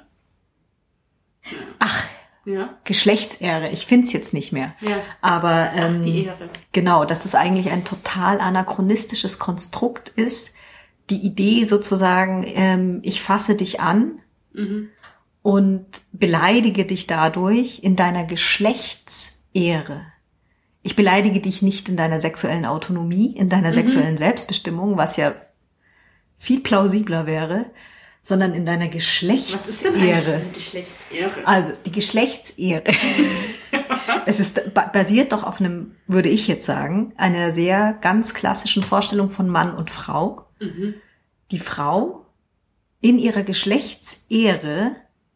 Ach, Ja. Geschlechtsehre. Ich find's jetzt nicht mehr. Ja. Aber Die Ehre. genau, dass es eigentlich ein total anachronistisches Konstrukt ist. Die Idee sozusagen, ich fasse dich an und beleidige dich dadurch in deiner Geschlechtsehre. Ich beleidige dich nicht in deiner sexuellen Autonomie, in deiner sexuellen Selbstbestimmung, was ja viel plausibler wäre, sondern in deiner Was ist denn eigentlich Geschlechtsehre. eine Geschlechtsehre? Also die Geschlechtsehre. Es ist basiert doch auf einem, würde ich jetzt sagen, einer sehr ganz klassischen Vorstellung von Mann und Frau. Die Frau in ihrer Geschlechtsehre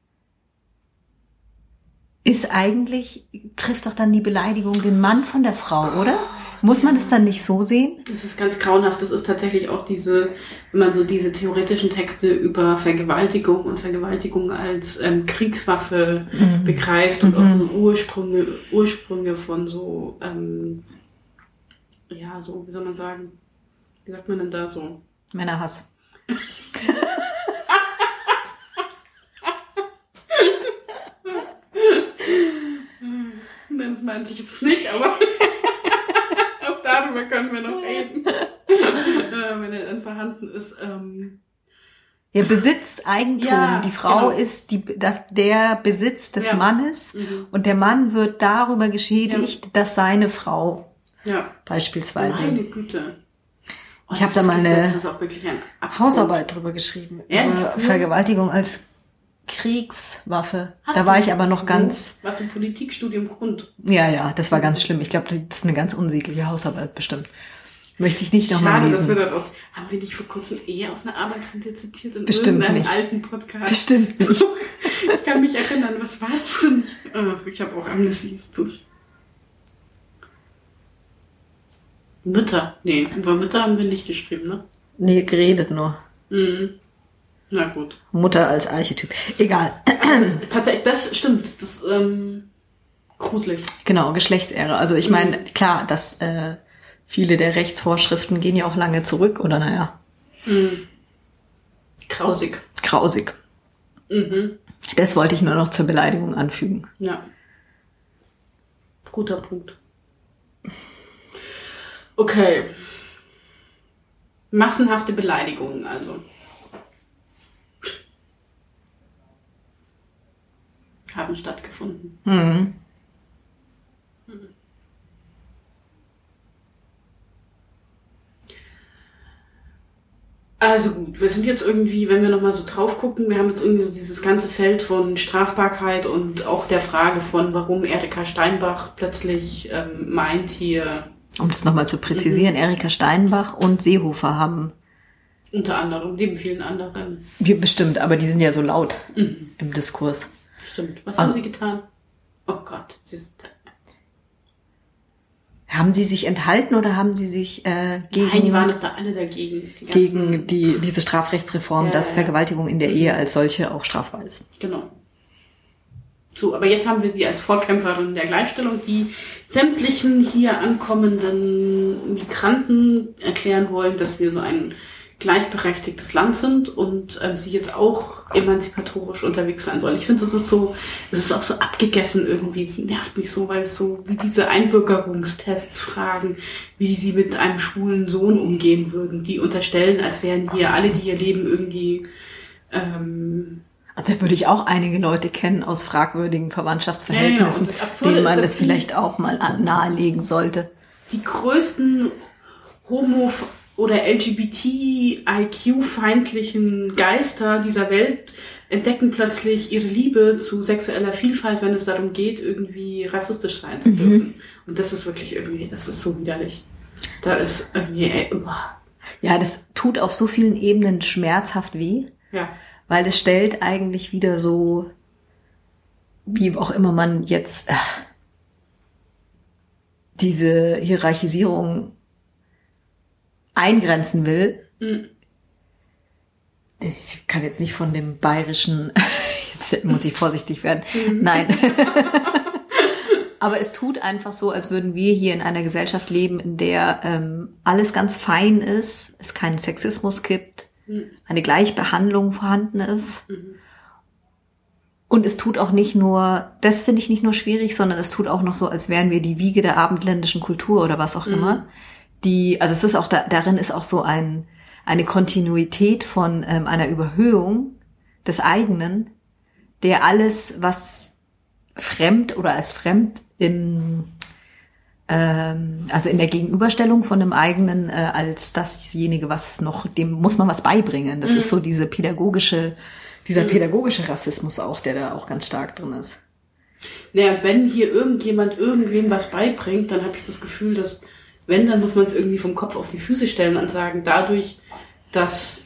ist eigentlich, trifft doch dann die Beleidigung den Mann von der Frau, oder? Muss man das dann nicht so sehen? Das ist ganz grauenhaft. Das ist tatsächlich auch wenn man so diese theoretischen Texte über Vergewaltigung und Vergewaltigung als Kriegswaffe begreift und auch so Ursprünge von so, so, wie soll man sagen, wie sagt man denn da so? Männerhass. Nein, das meinte ich jetzt nicht, aber auch darüber können wir noch reden. Wenn er dann vorhanden ist. Ja, Besitz, Eigentum. Ja, die Frau genau. ist der Besitz des Mannes und der Mann wird darüber geschädigt, dass seine Frau beispielsweise. Meine Güte. Ich habe da mal eine Das ist auch wirklich ein Abgrund. Hausarbeit drüber geschrieben. Ehrlich? Über Vergewaltigung als Kriegswaffe. Da war ich aber noch ganz... Was im Politikstudium Grund. Ja, das war ganz schlimm. Ich glaube, das ist eine ganz unsägliche Hausarbeit bestimmt. Möchte ich nicht nochmal Schade, lesen. dass wir daraus... Haben wir nicht vor kurzem eher aus einer Arbeit von dir zitiert in Bestimmt irgendeinem nicht. alten Podcast? Bestimmt nicht. Ich kann mich erinnern, was war das denn? Ach, ich habe auch Amnesie. Mütter. Nee, über Mütter haben wir nicht geschrieben, ne? Nee, geredet nur. Na gut. Mutter als Archetyp. Egal. Tatsächlich, das stimmt. Das gruselig. Genau, Geschlechtsehre. Also ich meine, klar, dass viele der Rechtsvorschriften gehen ja auch lange zurück, oder naja. Grausig. Grausig. Das wollte ich nur noch zur Beleidigung anfügen. Ja. Guter Punkt. Okay. Massenhafte Beleidigungen also. Haben stattgefunden. Also gut, wir sind jetzt irgendwie, wenn wir nochmal so drauf gucken, wir haben jetzt irgendwie so dieses ganze Feld von Strafbarkeit und auch der Frage von, warum Erika Steinbach plötzlich meint hier... Um das nochmal zu präzisieren, Erika Steinbach und Seehofer haben... Unter anderem, neben vielen anderen. Bestimmt, aber die sind ja so laut im Diskurs. Stimmt. Was Also- haben sie getan? Oh Gott. Haben sie sich enthalten oder haben sie sich Nein, die waren doch da alle dagegen. gegen diese Strafrechtsreform, Ja, dass ja. Vergewaltigung in der Ehe als solche auch strafbar ist? Genau. So, aber jetzt haben wir sie als Vorkämpferin der Gleichstellung, die sämtlichen hier ankommenden Migranten erklären wollen, dass wir so ein gleichberechtigtes Land sind und sie jetzt auch emanzipatorisch unterwegs sein sollen. Ich finde, es ist auch so abgegessen irgendwie. Es nervt mich so, weil es so wie diese Einbürgerungstests fragen, wie sie mit einem schwulen Sohn umgehen würden. Die unterstellen, als wären hier alle, die hier leben, irgendwie Also würde ich auch einige Leute kennen aus fragwürdigen Verwandtschaftsverhältnissen, Ja, genau. Und das Absurde denen man ist, das dass die- vielleicht auch mal nahelegen sollte. die größten oder LGBTIQ-feindlichen Geister dieser Welt entdecken plötzlich ihre Liebe zu sexueller Vielfalt, wenn es darum geht, irgendwie rassistisch sein zu dürfen. Und das ist wirklich irgendwie, das ist so widerlich. Da ist irgendwie, Ja, das tut auf so vielen Ebenen schmerzhaft weh, ja. weil es stellt eigentlich wieder so, wie auch immer man jetzt diese Hierarchisierung eingrenzen will. Ich kann jetzt nicht von dem bayerischen, jetzt muss ich vorsichtig werden, nein, Aber es tut einfach so, als würden wir hier in einer Gesellschaft leben, in der alles ganz fein ist, es keinen Sexismus gibt, eine Gleichbehandlung vorhanden ist. Und es tut auch nicht nur, das finde ich nicht nur schwierig, sondern es tut auch noch so, als wären wir die Wiege der abendländischen Kultur oder was auch immer. Also es ist auch, darin ist auch so eine Kontinuität von einer Überhöhung des eigenen, der alles, was fremd oder als fremd also in der Gegenüberstellung von dem eigenen als dasjenige, was noch, dem muss man was beibringen. Das ist so dieser pädagogische Rassismus auch, der da auch ganz stark drin ist. Naja, wenn hier irgendjemand irgendwem was beibringt, dann habe ich das Gefühl, dass, wenn, dann muss man es irgendwie vom Kopf auf die Füße stellen und sagen, dadurch, dass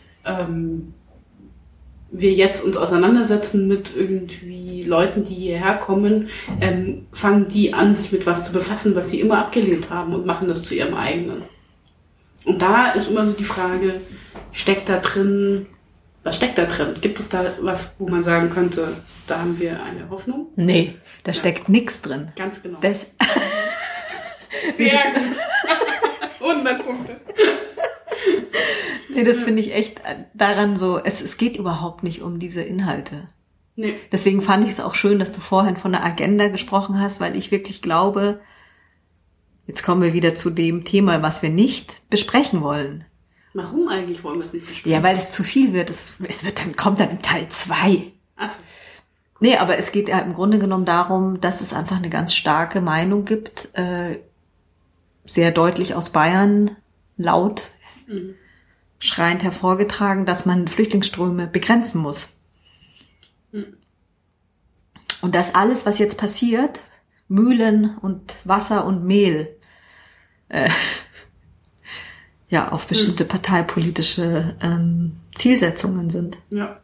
wir jetzt uns auseinandersetzen mit irgendwie Leuten, die hierher kommen, fangen die an, sich mit was zu befassen, was sie immer abgelehnt haben und machen das zu ihrem eigenen. Und da ist immer so die Frage, was steckt da drin? Gibt es da was, wo man sagen könnte, da haben wir eine Hoffnung? Nee, da steckt nichts drin. Ganz genau. Sehr gut. 100 Punkte. Nee, das finde ich echt daran so, es geht überhaupt nicht um diese Inhalte. Nee. Deswegen fand ich es auch schön, dass du vorhin von der Agenda gesprochen hast, weil ich wirklich glaube, jetzt kommen wir wieder zu dem Thema, was wir nicht besprechen wollen. Warum eigentlich wollen wir es nicht besprechen? Ja, weil es zu viel wird. Kommt dann im Teil 2. Ach so. Nee, aber es geht ja im Grunde genommen darum, dass es einfach eine ganz starke Meinung gibt, sehr deutlich aus Bayern, laut, schreiend hervorgetragen, dass man Flüchtlingsströme begrenzen muss. Und dass alles, was jetzt passiert, Mühlen und Wasser und Mehl, auf bestimmte parteipolitische Zielsetzungen sind. Ja.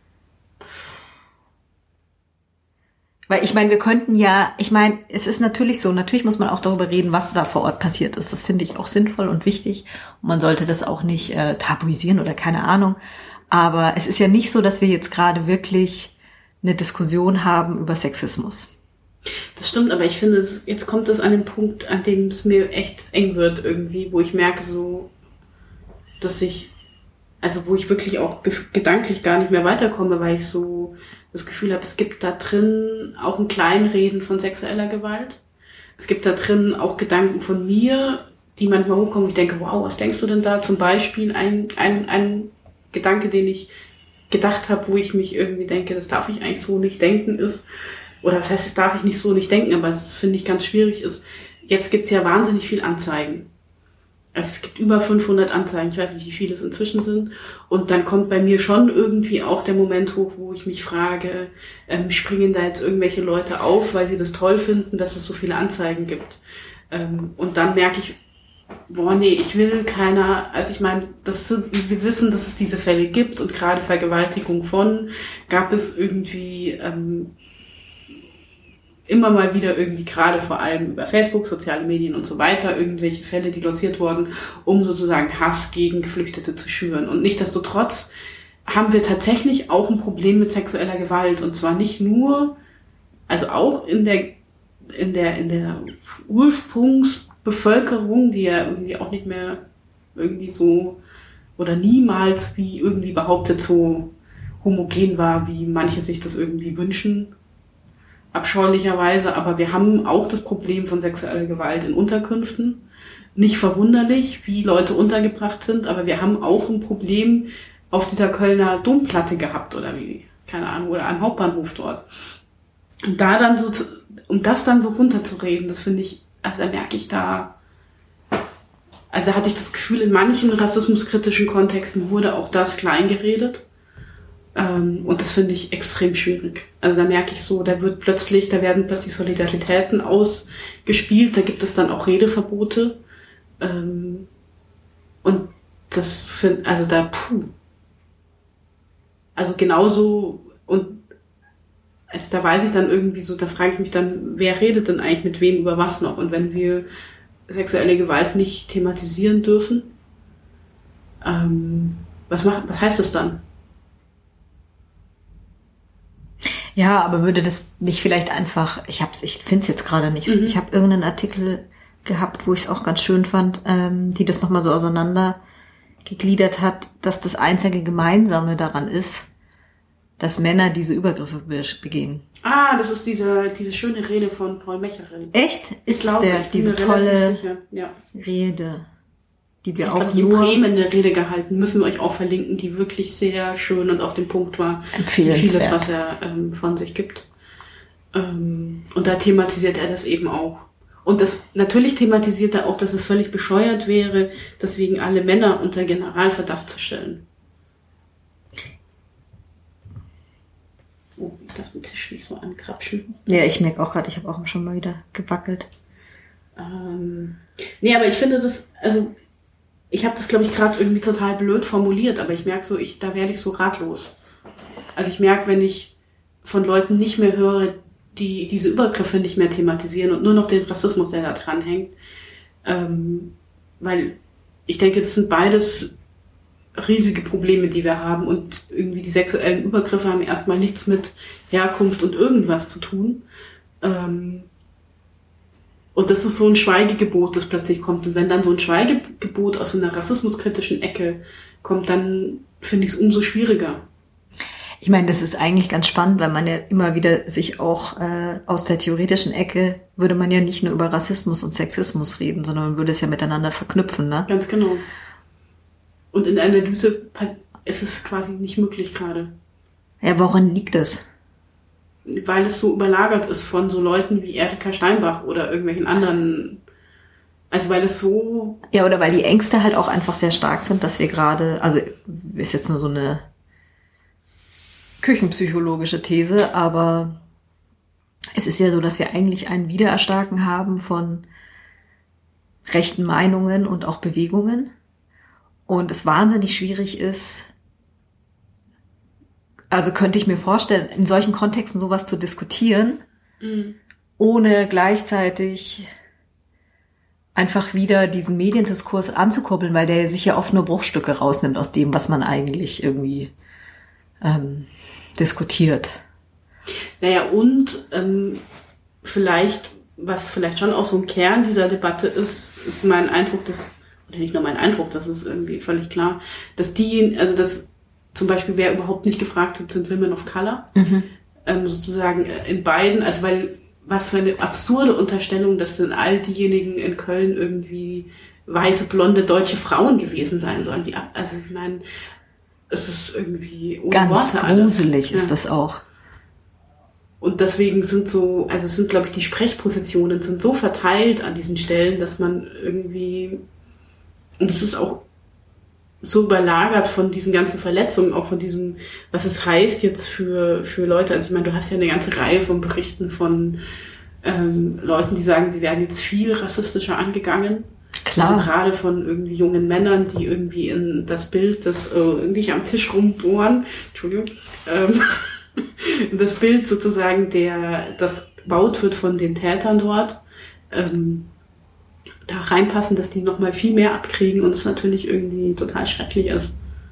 Weil ich meine, es ist natürlich so, natürlich muss man auch darüber reden, was da vor Ort passiert ist. Das finde ich auch sinnvoll und wichtig. Und man sollte das auch nicht tabuisieren oder keine Ahnung. Aber es ist ja nicht so, dass wir jetzt gerade wirklich eine Diskussion haben über Sexismus. Das stimmt, aber ich finde, jetzt kommt es an den Punkt, an dem es mir echt eng wird irgendwie, wo ich merke so, wo ich wirklich auch gedanklich gar nicht mehr weiterkomme, weil ich so das Gefühl habe, es gibt da drin auch ein Kleinreden von sexueller Gewalt. Es gibt da drin auch Gedanken von mir, die manchmal hochkommen, wo ich denke, wow, was denkst du denn da? Zum Beispiel ein Gedanke, den ich gedacht habe, wo ich mich irgendwie denke, das darf ich eigentlich so nicht denken, ist, oder das heißt, das darf ich nicht so nicht denken, aber das finde ich ganz schwierig ist, jetzt gibt es ja wahnsinnig viel Anzeigen. Also es gibt über 500 Anzeigen, ich weiß nicht, wie viele es inzwischen sind. Und dann kommt bei mir schon irgendwie auch der Moment hoch, wo ich mich frage, springen da jetzt irgendwelche Leute auf, weil sie das toll finden, dass es so viele Anzeigen gibt. Und dann merke ich, ich will keiner, also ich meine, wir wissen, dass es diese Fälle gibt und gerade Vergewaltigung gab es irgendwie immer mal wieder irgendwie, gerade vor allem über Facebook, soziale Medien und so weiter, irgendwelche Fälle, die lanciert wurden, um sozusagen Hass gegen Geflüchtete zu schüren. Und nichtsdestotrotz haben wir tatsächlich auch ein Problem mit sexueller Gewalt. Und zwar nicht nur, also auch in der Ursprungsbevölkerung, die ja irgendwie auch nicht mehr irgendwie so oder niemals wie irgendwie behauptet so homogen war, wie manche sich das irgendwie wünschen. Abscheulicherweise, aber wir haben auch das Problem von sexueller Gewalt in Unterkünften. Nicht verwunderlich, wie Leute untergebracht sind, aber wir haben auch ein Problem auf dieser Kölner Domplatte gehabt oder keine Ahnung, oder am Hauptbahnhof dort. Und da dann so, um das dann so runterzureden, das finde ich, also da merke ich da hatte ich das Gefühl, in manchen rassismuskritischen Kontexten wurde auch das kleingeredet. Und das finde ich extrem schwierig. Also da merke ich so, da werden plötzlich Solidaritäten ausgespielt, da gibt es dann auch Redeverbote. Und das Also genauso, und also da weiß ich dann irgendwie so, da frage ich mich dann, wer redet denn eigentlich mit wem über was noch? Und wenn wir sexuelle Gewalt nicht thematisieren dürfen, was heißt das dann? Ja, aber würde das nicht vielleicht einfach, ich finde es jetzt gerade nicht. Ich habe irgendeinen Artikel gehabt, wo ich es auch ganz schön fand, die das nochmal so auseinander gegliedert hat, dass das einzige Gemeinsame daran ist, dass Männer diese Übergriffe begehen. Ah, das ist diese schöne Rede von Paul Mecherin. Echt? Diese tolle Rede, die wir auch nur... in Bremen eine Rede gehalten, müssen wir euch auch verlinken, die wirklich sehr schön und auf den Punkt war. Empfehlenswert. Vieles, was er von sich gibt. Und da thematisiert er das eben auch. Und natürlich thematisiert er auch, dass es völlig bescheuert wäre, deswegen alle Männer unter Generalverdacht zu stellen. Oh, ich darf den Tisch nicht so ankrapschen. Ja, ich merke auch gerade, ich habe auch schon mal wieder gewackelt. Nee, aber ich finde das, also ich habe das, glaube ich, gerade irgendwie total blöd formuliert, aber ich merke so, da werde ich so ratlos. Also ich merke, wenn ich von Leuten nicht mehr höre, die diese Übergriffe nicht mehr thematisieren und nur noch den Rassismus, der da dran hängt. Weil ich denke, das sind beides riesige Probleme, die wir haben, und irgendwie die sexuellen Übergriffe haben erstmal nichts mit Herkunft und irgendwas zu tun. Und das ist so ein Schweigegebot, das plötzlich kommt. Und wenn dann so ein Schweigegebot aus so einer rassismuskritischen Ecke kommt, dann finde ich es umso schwieriger. Ich meine, das ist eigentlich ganz spannend, weil man ja immer wieder sich auch aus der theoretischen Ecke würde man ja nicht nur über Rassismus und Sexismus reden, sondern man würde es ja miteinander verknüpfen, ne? Ganz genau. Und in der Analyse ist es quasi nicht möglich gerade. Ja, woran liegt das? Weil es so überlagert ist von so Leuten wie Erika Steinbach oder irgendwelchen anderen. Also weil es so... Ja, oder weil die Ängste halt auch einfach sehr stark sind, dass wir gerade, also ist jetzt nur so eine küchenpsychologische These, aber es ist ja so, dass wir eigentlich ein Wiedererstarken haben von rechten Meinungen und auch Bewegungen, und es wahnsinnig schwierig ist, also könnte ich mir vorstellen, in solchen Kontexten sowas zu diskutieren, ohne gleichzeitig einfach wieder diesen Mediendiskurs anzukurbeln, weil der sich ja oft nur Bruchstücke rausnimmt aus dem, was man eigentlich irgendwie diskutiert. Naja, und vielleicht, was vielleicht schon auch so ein Kern dieser Debatte ist mein Eindruck, oder nicht nur mein Eindruck, das ist irgendwie völlig klar, dass dass zum Beispiel, wer überhaupt nicht gefragt wird, sind Women of Color. Sozusagen in beiden, also weil, was für eine absurde Unterstellung, dass dann all diejenigen in Köln irgendwie weiße, blonde, deutsche Frauen gewesen sein sollen. Also ich meine, es ist irgendwie ohne ganz Worte gruselig alles. Ist das auch. Und deswegen sind glaube ich, die Sprechpositionen sind so verteilt an diesen Stellen, dass man irgendwie, und es ist auch so überlagert von diesen ganzen Verletzungen, auch von diesem, was es heißt jetzt für Leute. Also ich meine, du hast ja eine ganze Reihe von Berichten von Leuten, die sagen, sie werden jetzt viel rassistischer angegangen. Klar. Also gerade von irgendwie jungen Männern, die irgendwie in das Bild, das nicht am Tisch rumbohren, Entschuldigung, das Bild sozusagen, das gebaut wird von den Tätern dort, da reinpassen, dass die nochmal viel mehr abkriegen und es natürlich irgendwie total schrecklich ist.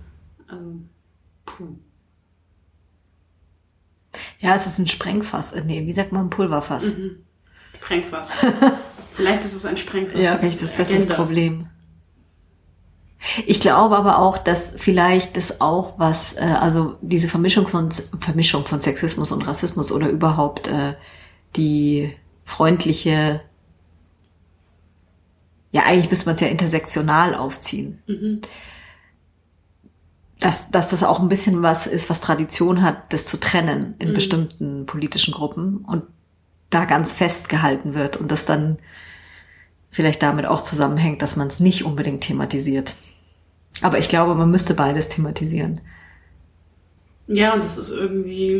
Ja, es ist ein Sprengfass. Nee, wie sagt man, ein Pulverfass? Sprengfass. Vielleicht ist es ein Sprengfass. Ja, vielleicht ist das das Problem. Ich glaube aber auch, dass vielleicht das auch was, also diese Vermischung von Sexismus und Rassismus oder überhaupt die freundliche, ja, eigentlich müsste man es ja intersektional aufziehen. Dass das auch ein bisschen was ist, was Tradition hat, das zu trennen in bestimmten politischen Gruppen und da ganz festgehalten wird und das dann vielleicht damit auch zusammenhängt, dass man es nicht unbedingt thematisiert. Aber ich glaube, man müsste beides thematisieren. Ja, und das ist irgendwie,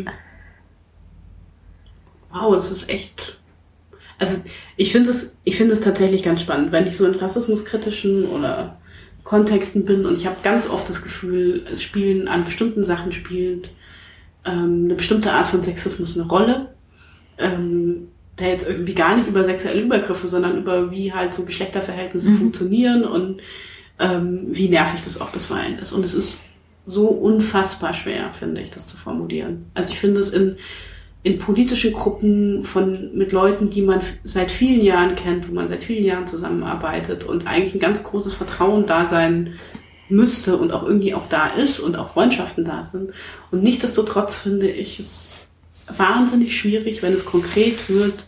wow, das ist echt, also ich finde es tatsächlich ganz spannend, wenn ich so in rassismuskritischen oder Kontexten bin und ich habe ganz oft das Gefühl, an bestimmten Sachen spielt eine bestimmte Art von Sexismus eine Rolle, der jetzt irgendwie gar nicht über sexuelle Übergriffe, sondern über wie halt so Geschlechterverhältnisse funktionieren und wie nervig das auch bisweilen ist. Und es ist so unfassbar schwer, finde ich, das zu formulieren. Also ich finde es in politischen Gruppen mit Leuten, die man seit vielen Jahren kennt, wo man seit vielen Jahren zusammenarbeitet und eigentlich ein ganz großes Vertrauen da sein müsste und auch irgendwie auch da ist und auch Freundschaften da sind. Und nichtsdestotrotz finde ich es wahnsinnig schwierig, wenn es konkret wird,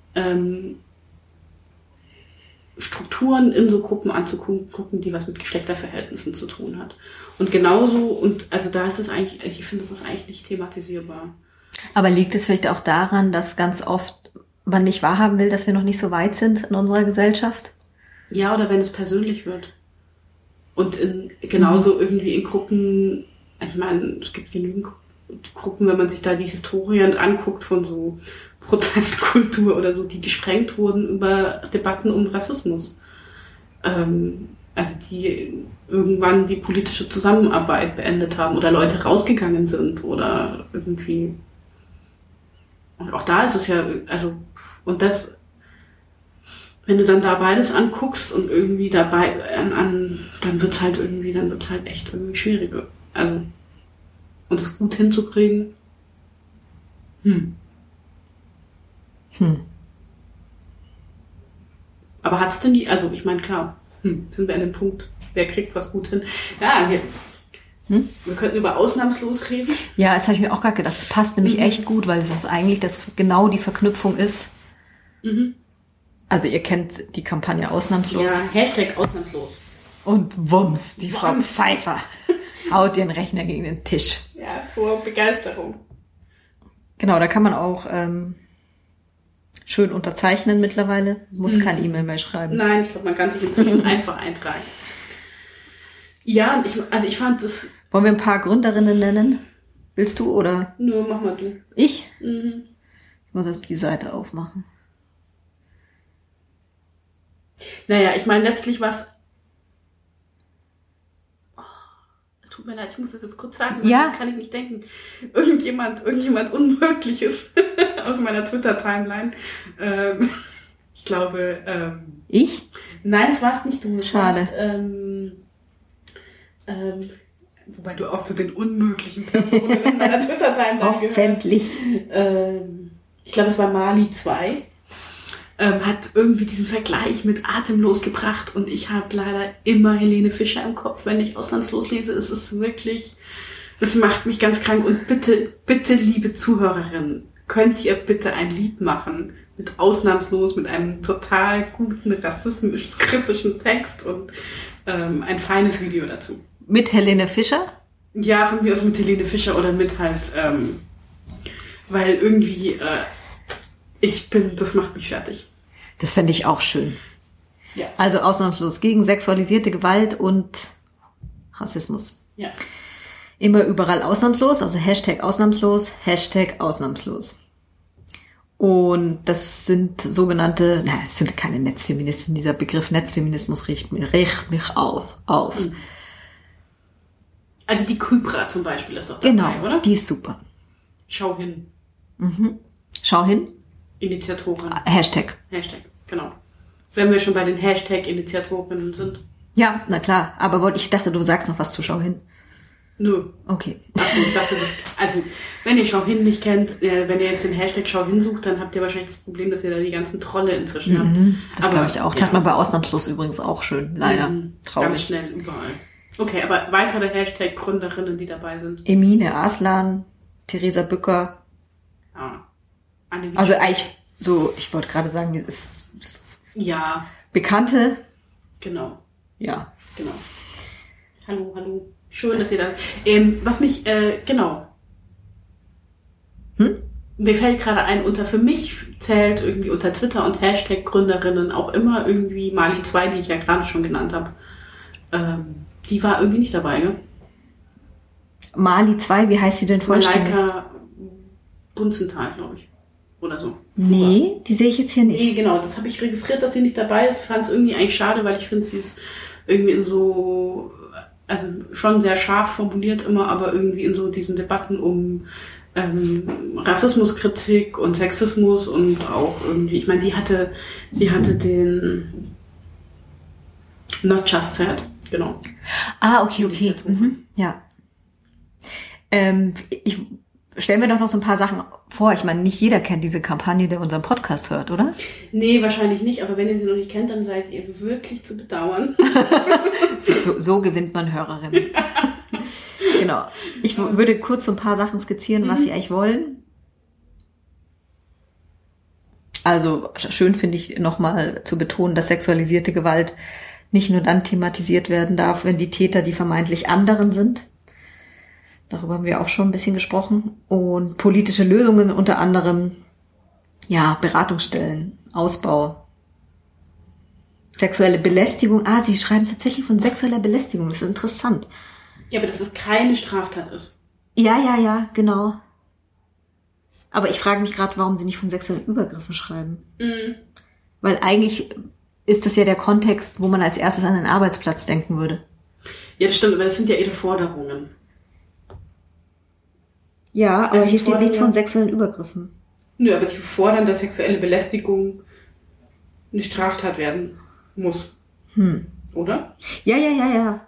Strukturen in so Gruppen anzugucken, die was mit Geschlechterverhältnissen zu tun hat. Und genauso, und also da ist es eigentlich, ich finde, es ist eigentlich nicht thematisierbar. Aber liegt es vielleicht auch daran, dass ganz oft man nicht wahrhaben will, dass wir noch nicht so weit sind in unserer Gesellschaft? Ja, oder wenn es persönlich wird. Und genauso irgendwie in Gruppen, ich meine, es gibt genügend Gruppen, wenn man sich da die Historien anguckt von so Protestkultur oder so, die gesprengt wurden über Debatten um Rassismus. Also die irgendwann die politische Zusammenarbeit beendet haben oder Leute rausgegangen sind oder irgendwie. Und auch da ist es ja, also, und das, wenn du dann da beides anguckst und irgendwie dabei dann wird's halt echt irgendwie schwieriger. Also, und es gut hinzukriegen. Aber hat's denn also ich meine, klar, sind wir an dem Punkt, wer kriegt was gut hin? Ja, wir könnten über ausnahmslos reden. Ja, das habe ich mir auch gerade gedacht. Das passt nämlich echt gut, weil es ist eigentlich genau die Verknüpfung ist. Also ihr kennt die Kampagne Ausnahmslos. Ja, Hashtag Ausnahmslos. Und wumms, die Frau Pfeiffer haut den Rechner gegen den Tisch. Ja, vor Begeisterung. Genau, da kann man auch schön unterzeichnen mittlerweile. Muss kein E-Mail mehr schreiben. Nein, ich glaube, man kann sich inzwischen einfach eintragen. Ja, ich fand das... Wollen wir ein paar Gründerinnen nennen? Willst du oder? Nur, mach mal du. Ich? Ich muss jetzt die Seite aufmachen. Naja, ich meine, letztlich was... Es tut mir leid, ich muss das jetzt kurz sagen, ja. Das kann ich nicht denken. Irgendjemand Unmögliches aus meiner Twitter-Timeline. Ich glaube... Ich? Nein, das war's nicht du. Schade. Wobei du auch zu den unmöglichen Personen in meiner Twitter-Timeline gehörst. Hoffentlich. Ich glaube, es war Mali 2. Hat irgendwie diesen Vergleich mit Atemlos gebracht und ich habe leider immer Helene Fischer im Kopf, wenn ich Ausnahmslos lese. Es ist wirklich, das macht mich ganz krank. Und bitte, bitte, liebe Zuhörerinnen, könnt ihr bitte ein Lied machen mit Ausnahmslos, mit einem total guten rassismisch-kritischen Text und ein feines Video dazu. Mit Helene Fischer? Ja, von mir aus mit Helene Fischer oder mit halt, weil irgendwie, das macht mich fertig. Das fände ich auch schön. Ja. Also ausnahmslos gegen sexualisierte Gewalt und Rassismus. Ja. Immer überall ausnahmslos, also Hashtag ausnahmslos, Hashtag ausnahmslos. Und das sind sogenannte, es sind keine Netzfeministen, dieser Begriff Netzfeminismus riecht mich auf. Also die Kybra zum Beispiel ist doch dabei, genau, oder? Die ist super. Schau hin. Schau hin. Initiatorin. Hashtag, genau. Wenn wir schon bei den Hashtag-Initiatorinnen sind. Ja, na klar. Aber ich dachte, du sagst noch was zu Schau hin. Nö. Okay. Also ich dachte, also wenn ihr Schau hin nicht kennt, wenn ihr jetzt den Hashtag Schau hin sucht, dann habt ihr wahrscheinlich das Problem, dass ihr da die ganzen Trolle inzwischen habt. Das glaube ich auch. Das hat man bei Ausnahmslos übrigens auch schön. Leider. Traurig. Ganz schnell überall. Okay, aber weitere Hashtag-Gründerinnen, die dabei sind. Emine Arslan, Theresa Bücker. Also eigentlich so, ich wollte gerade sagen, ist ja. Bekannte. Genau. Ja. Genau. Hallo. Schön, dass ihr da... was mich, genau. Mir fällt gerade ein, für mich zählt irgendwie unter Twitter und Hashtag-Gründerinnen auch immer irgendwie Mali 2, die ich ja gerade schon genannt habe. Die war irgendwie nicht dabei, ne? Mali 2, wie heißt sie denn vollständig? Malaika Bunzenthal, glaube ich. Oder so. Nee, die sehe ich jetzt hier nicht. Nee, genau, das habe ich registriert, dass sie nicht dabei ist. Fand es irgendwie eigentlich schade, weil ich finde, sie ist irgendwie in so, also schon sehr scharf formuliert immer, aber irgendwie in so diesen Debatten um Rassismuskritik und Sexismus und auch irgendwie, ich meine, sie hatte den Not Just Said, genau. Okay. Ja. stellen wir doch noch so ein paar Sachen vor. Ich meine, nicht jeder kennt diese Kampagne, der unseren Podcast hört, oder? Nee, wahrscheinlich nicht. Aber wenn ihr sie noch nicht kennt, dann seid ihr wirklich zu bedauern. So gewinnt man Hörerinnen. Genau. Ich würde kurz so ein paar Sachen skizzieren, was sie eigentlich wollen. Also schön finde ich nochmal zu betonen, dass sexualisierte Gewalt nicht nur dann thematisiert werden darf, wenn die Täter die vermeintlich anderen sind. Darüber haben wir auch schon ein bisschen gesprochen. Und politische Lösungen unter anderem, ja, Beratungsstellen, Ausbau, sexuelle Belästigung. Sie schreiben tatsächlich von sexueller Belästigung. Das ist interessant. Ja, aber dass es keine Straftat ist. Ja, genau. Aber ich frage mich gerade, warum sie nicht von sexuellen Übergriffen schreiben. Mhm. Weil eigentlich ist das ja der Kontext, wo man als erstes an den Arbeitsplatz denken würde. Ja, das stimmt, aber das sind ja ihre Forderungen. Ja, aber hier steht nichts von sexuellen Übergriffen. Nö, aber sie fordern, dass sexuelle Belästigung eine Straftat werden muss. Oder? Ja.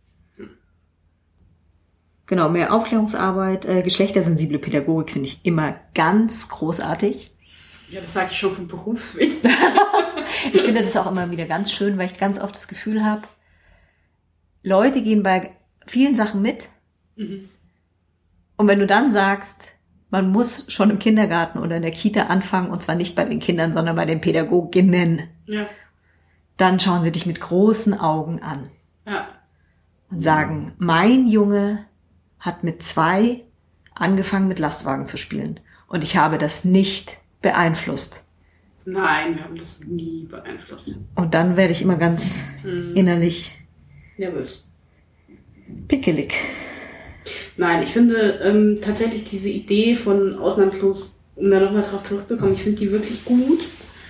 Genau, mehr Aufklärungsarbeit, geschlechtersensible Pädagogik finde ich immer ganz großartig. Ja, das sage ich schon vom Berufsweg. Ich finde das auch immer wieder ganz schön, weil ich ganz oft das Gefühl habe, Leute gehen bei vielen Sachen mit. Mhm. Und wenn du dann sagst, man muss schon im Kindergarten oder in der Kita anfangen, und zwar nicht bei den Kindern, sondern bei den Pädagoginnen, dann schauen sie dich mit großen Augen an. Ja. Und sagen, mein Junge hat mit 2 angefangen, mit Lastwagen zu spielen. Und ich habe das nicht beeinflusst. Nein, wir haben das nie beeinflusst. Und dann werde ich immer ganz innerlich nervös. Pickelig. Nein, ich finde tatsächlich diese Idee von ausnahmslos, um da nochmal drauf zurückzukommen, ich finde die wirklich gut.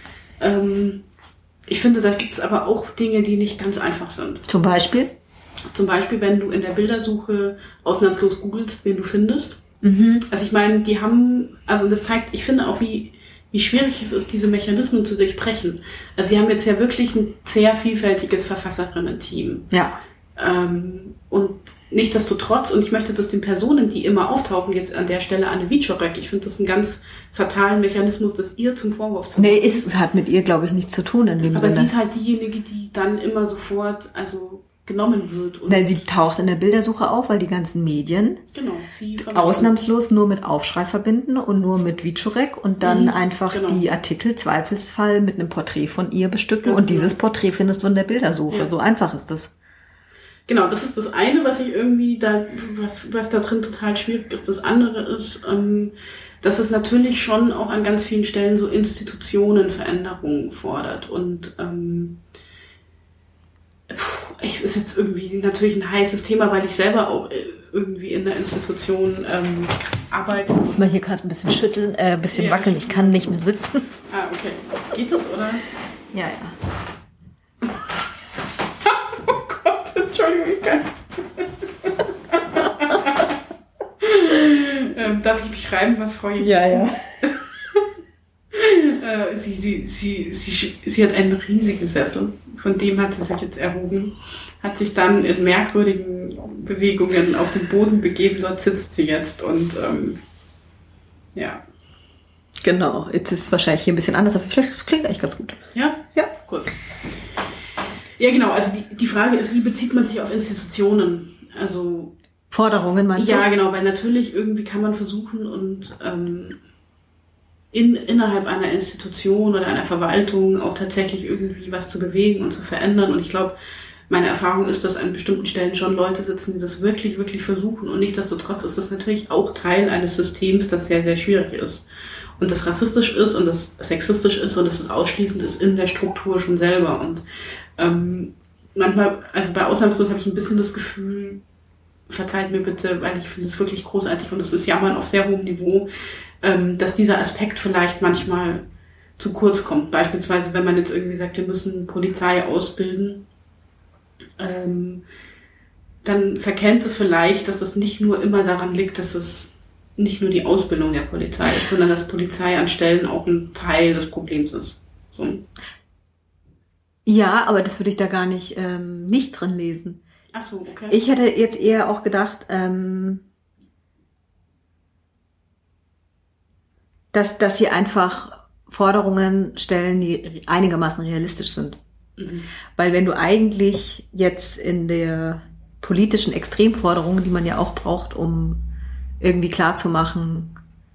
Ich finde, da gibt es aber auch Dinge, die nicht ganz einfach sind. Zum Beispiel? Zum Beispiel, wenn du in der Bildersuche ausnahmslos googelst, wen du findest. Mhm. Also ich meine, die haben, also das zeigt, ich finde auch, wie schwierig es ist, diese Mechanismen zu durchbrechen. Also sie haben jetzt ja wirklich ein sehr vielfältiges Verfasserinnen-Team. Ja. Und nichtsdestotrotz, und ich möchte das den Personen, die immer auftauchen, jetzt an der Stelle Anne Wieczorek, ich finde das einen ganz fatalen Mechanismus, das ihr zum Vorwurf zu machen. Nee, es hat mit ihr, glaube ich, nichts zu tun in dem Sinne. Aber sie ist halt diejenige, die dann immer sofort, genommen wird. Nein, sie taucht in der Bildersuche auf, weil die ganzen Medien ausnahmslos nur mit Aufschrei verbinden und nur mit Wieczorek und dann einfach die Artikel Zweifelsfall mit einem Porträt von ihr bestücken. Ganz und dieses Porträt findest du in der Bildersuche. Ja. So einfach ist das. Genau, das ist das eine, was ich irgendwie was da drin total schwierig ist. Das andere ist, dass es natürlich schon auch an ganz vielen Stellen so Institutionenveränderungen fordert und ist jetzt irgendwie natürlich ein heißes Thema, weil ich selber auch irgendwie in der Institution arbeite. Ich muss mal hier gerade ein bisschen schütteln, ein bisschen wackeln. Ich kann nicht mehr sitzen. Okay. Geht das, oder? Ja. Oh Gott, Entschuldigung, ich kann. Darf ich mich reiben, was Frau Ja. Sie hat einen riesigen Sessel, von dem hat sie sich jetzt erhoben, hat sich dann in merkwürdigen Bewegungen auf den Boden begeben, dort sitzt sie jetzt und ja. Genau, jetzt ist es wahrscheinlich hier ein bisschen anders, aber vielleicht das klingt eigentlich ganz gut. Ja? Ja, gut. Ja, genau, also die Frage ist, wie bezieht man sich auf Institutionen? Also Forderungen meinst du? Ja, genau, weil natürlich irgendwie kann man versuchen und innerhalb einer Institution oder einer Verwaltung auch tatsächlich irgendwie was zu bewegen und zu verändern. Und ich glaube, meine Erfahrung ist, dass an bestimmten Stellen schon Leute sitzen, die das wirklich, wirklich versuchen. Und nichtsdestotrotz ist das natürlich auch Teil eines Systems, das sehr, sehr schwierig ist. Und das rassistisch ist und das sexistisch ist und das ausschließend ist in der Struktur schon selber. Und manchmal, also bei Ausnahmslos habe ich ein bisschen das Gefühl, verzeiht mir bitte, weil ich finde es wirklich großartig und es ist Jammern auf sehr hohem Niveau, dass dieser Aspekt vielleicht manchmal zu kurz kommt. Beispielsweise, wenn man jetzt irgendwie sagt, wir müssen Polizei ausbilden, dann verkennt es vielleicht, dass es nicht nur immer daran liegt, dass es nicht nur die Ausbildung der Polizei ist, sondern dass Polizei an Stellen auch ein Teil des Problems ist. So. Ja, aber das würde ich da gar nicht drin lesen. Ach so, okay. Ich hätte jetzt eher auch gedacht, dass sie einfach Forderungen stellen, die einigermaßen realistisch sind. Mhm. Weil wenn du eigentlich jetzt in der politischen Extremforderung, die man ja auch braucht, um irgendwie klarzumachen,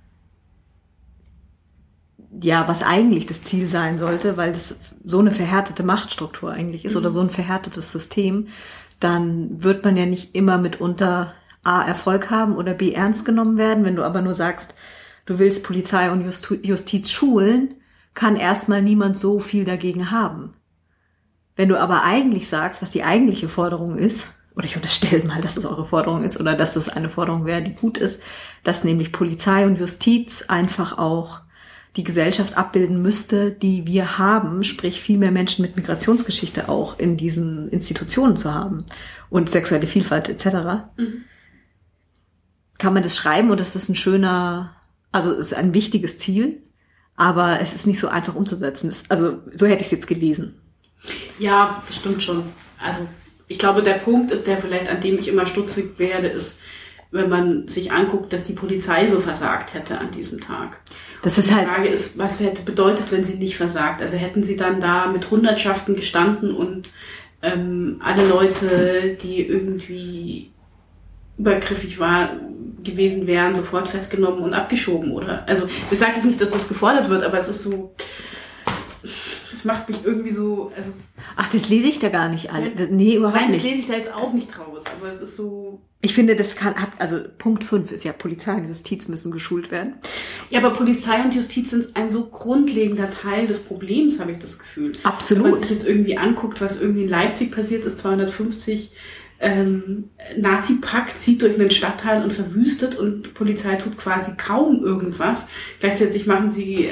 ja, was eigentlich das Ziel sein sollte, weil das so eine verhärtete Machtstruktur eigentlich ist oder so ein verhärtetes System, dann wird man ja nicht immer mitunter A, Erfolg haben oder B, ernst genommen werden. Wenn du aber nur sagst, du willst Polizei und Justiz schulen, kann erstmal niemand so viel dagegen haben. Wenn du aber eigentlich sagst, was die eigentliche Forderung ist, oder ich unterstelle mal, dass es eure Forderung ist oder dass es eine Forderung wäre, die gut ist, dass nämlich Polizei und Justiz einfach auch die Gesellschaft abbilden müsste, die wir haben, sprich viel mehr Menschen mit Migrationsgeschichte auch in diesen Institutionen zu haben und sexuelle Vielfalt etc. Mhm. Kann man das schreiben und es ist ein schöner, also es ist ein wichtiges Ziel, aber es ist nicht so einfach umzusetzen. Also so hätte ich es jetzt gelesen. Ja, das stimmt schon. Also ich glaube, der Punkt ist, der vielleicht, an dem ich immer stutzig werde, ist, wenn man sich anguckt, dass die Polizei so versagt hätte an diesem Tag. Das ist halt. Die Frage ist, was hätte bedeutet, wenn sie nicht versagt? Also hätten sie dann da mit Hundertschaften gestanden und alle Leute, die irgendwie übergriffig gewesen wären, sofort festgenommen und abgeschoben, oder? Also ich sage jetzt nicht, dass das gefordert wird, aber es ist so, das macht mich irgendwie so, also... Ach, das lese ich da gar nicht alle. Nee, überhaupt nicht. Nein, das lese ich da jetzt auch nicht raus, aber es ist so... Ich finde, also Punkt 5 ist ja, Polizei und Justiz müssen geschult werden. Ja, aber Polizei und Justiz sind ein so grundlegender Teil des Problems, habe ich das Gefühl. Absolut. Wenn man sich jetzt irgendwie anguckt, was irgendwie in Leipzig passiert ist, 250 Nazi-Pakt zieht durch einen Stadtteil und verwüstet und Polizei tut quasi kaum irgendwas. Gleichzeitig räumen sie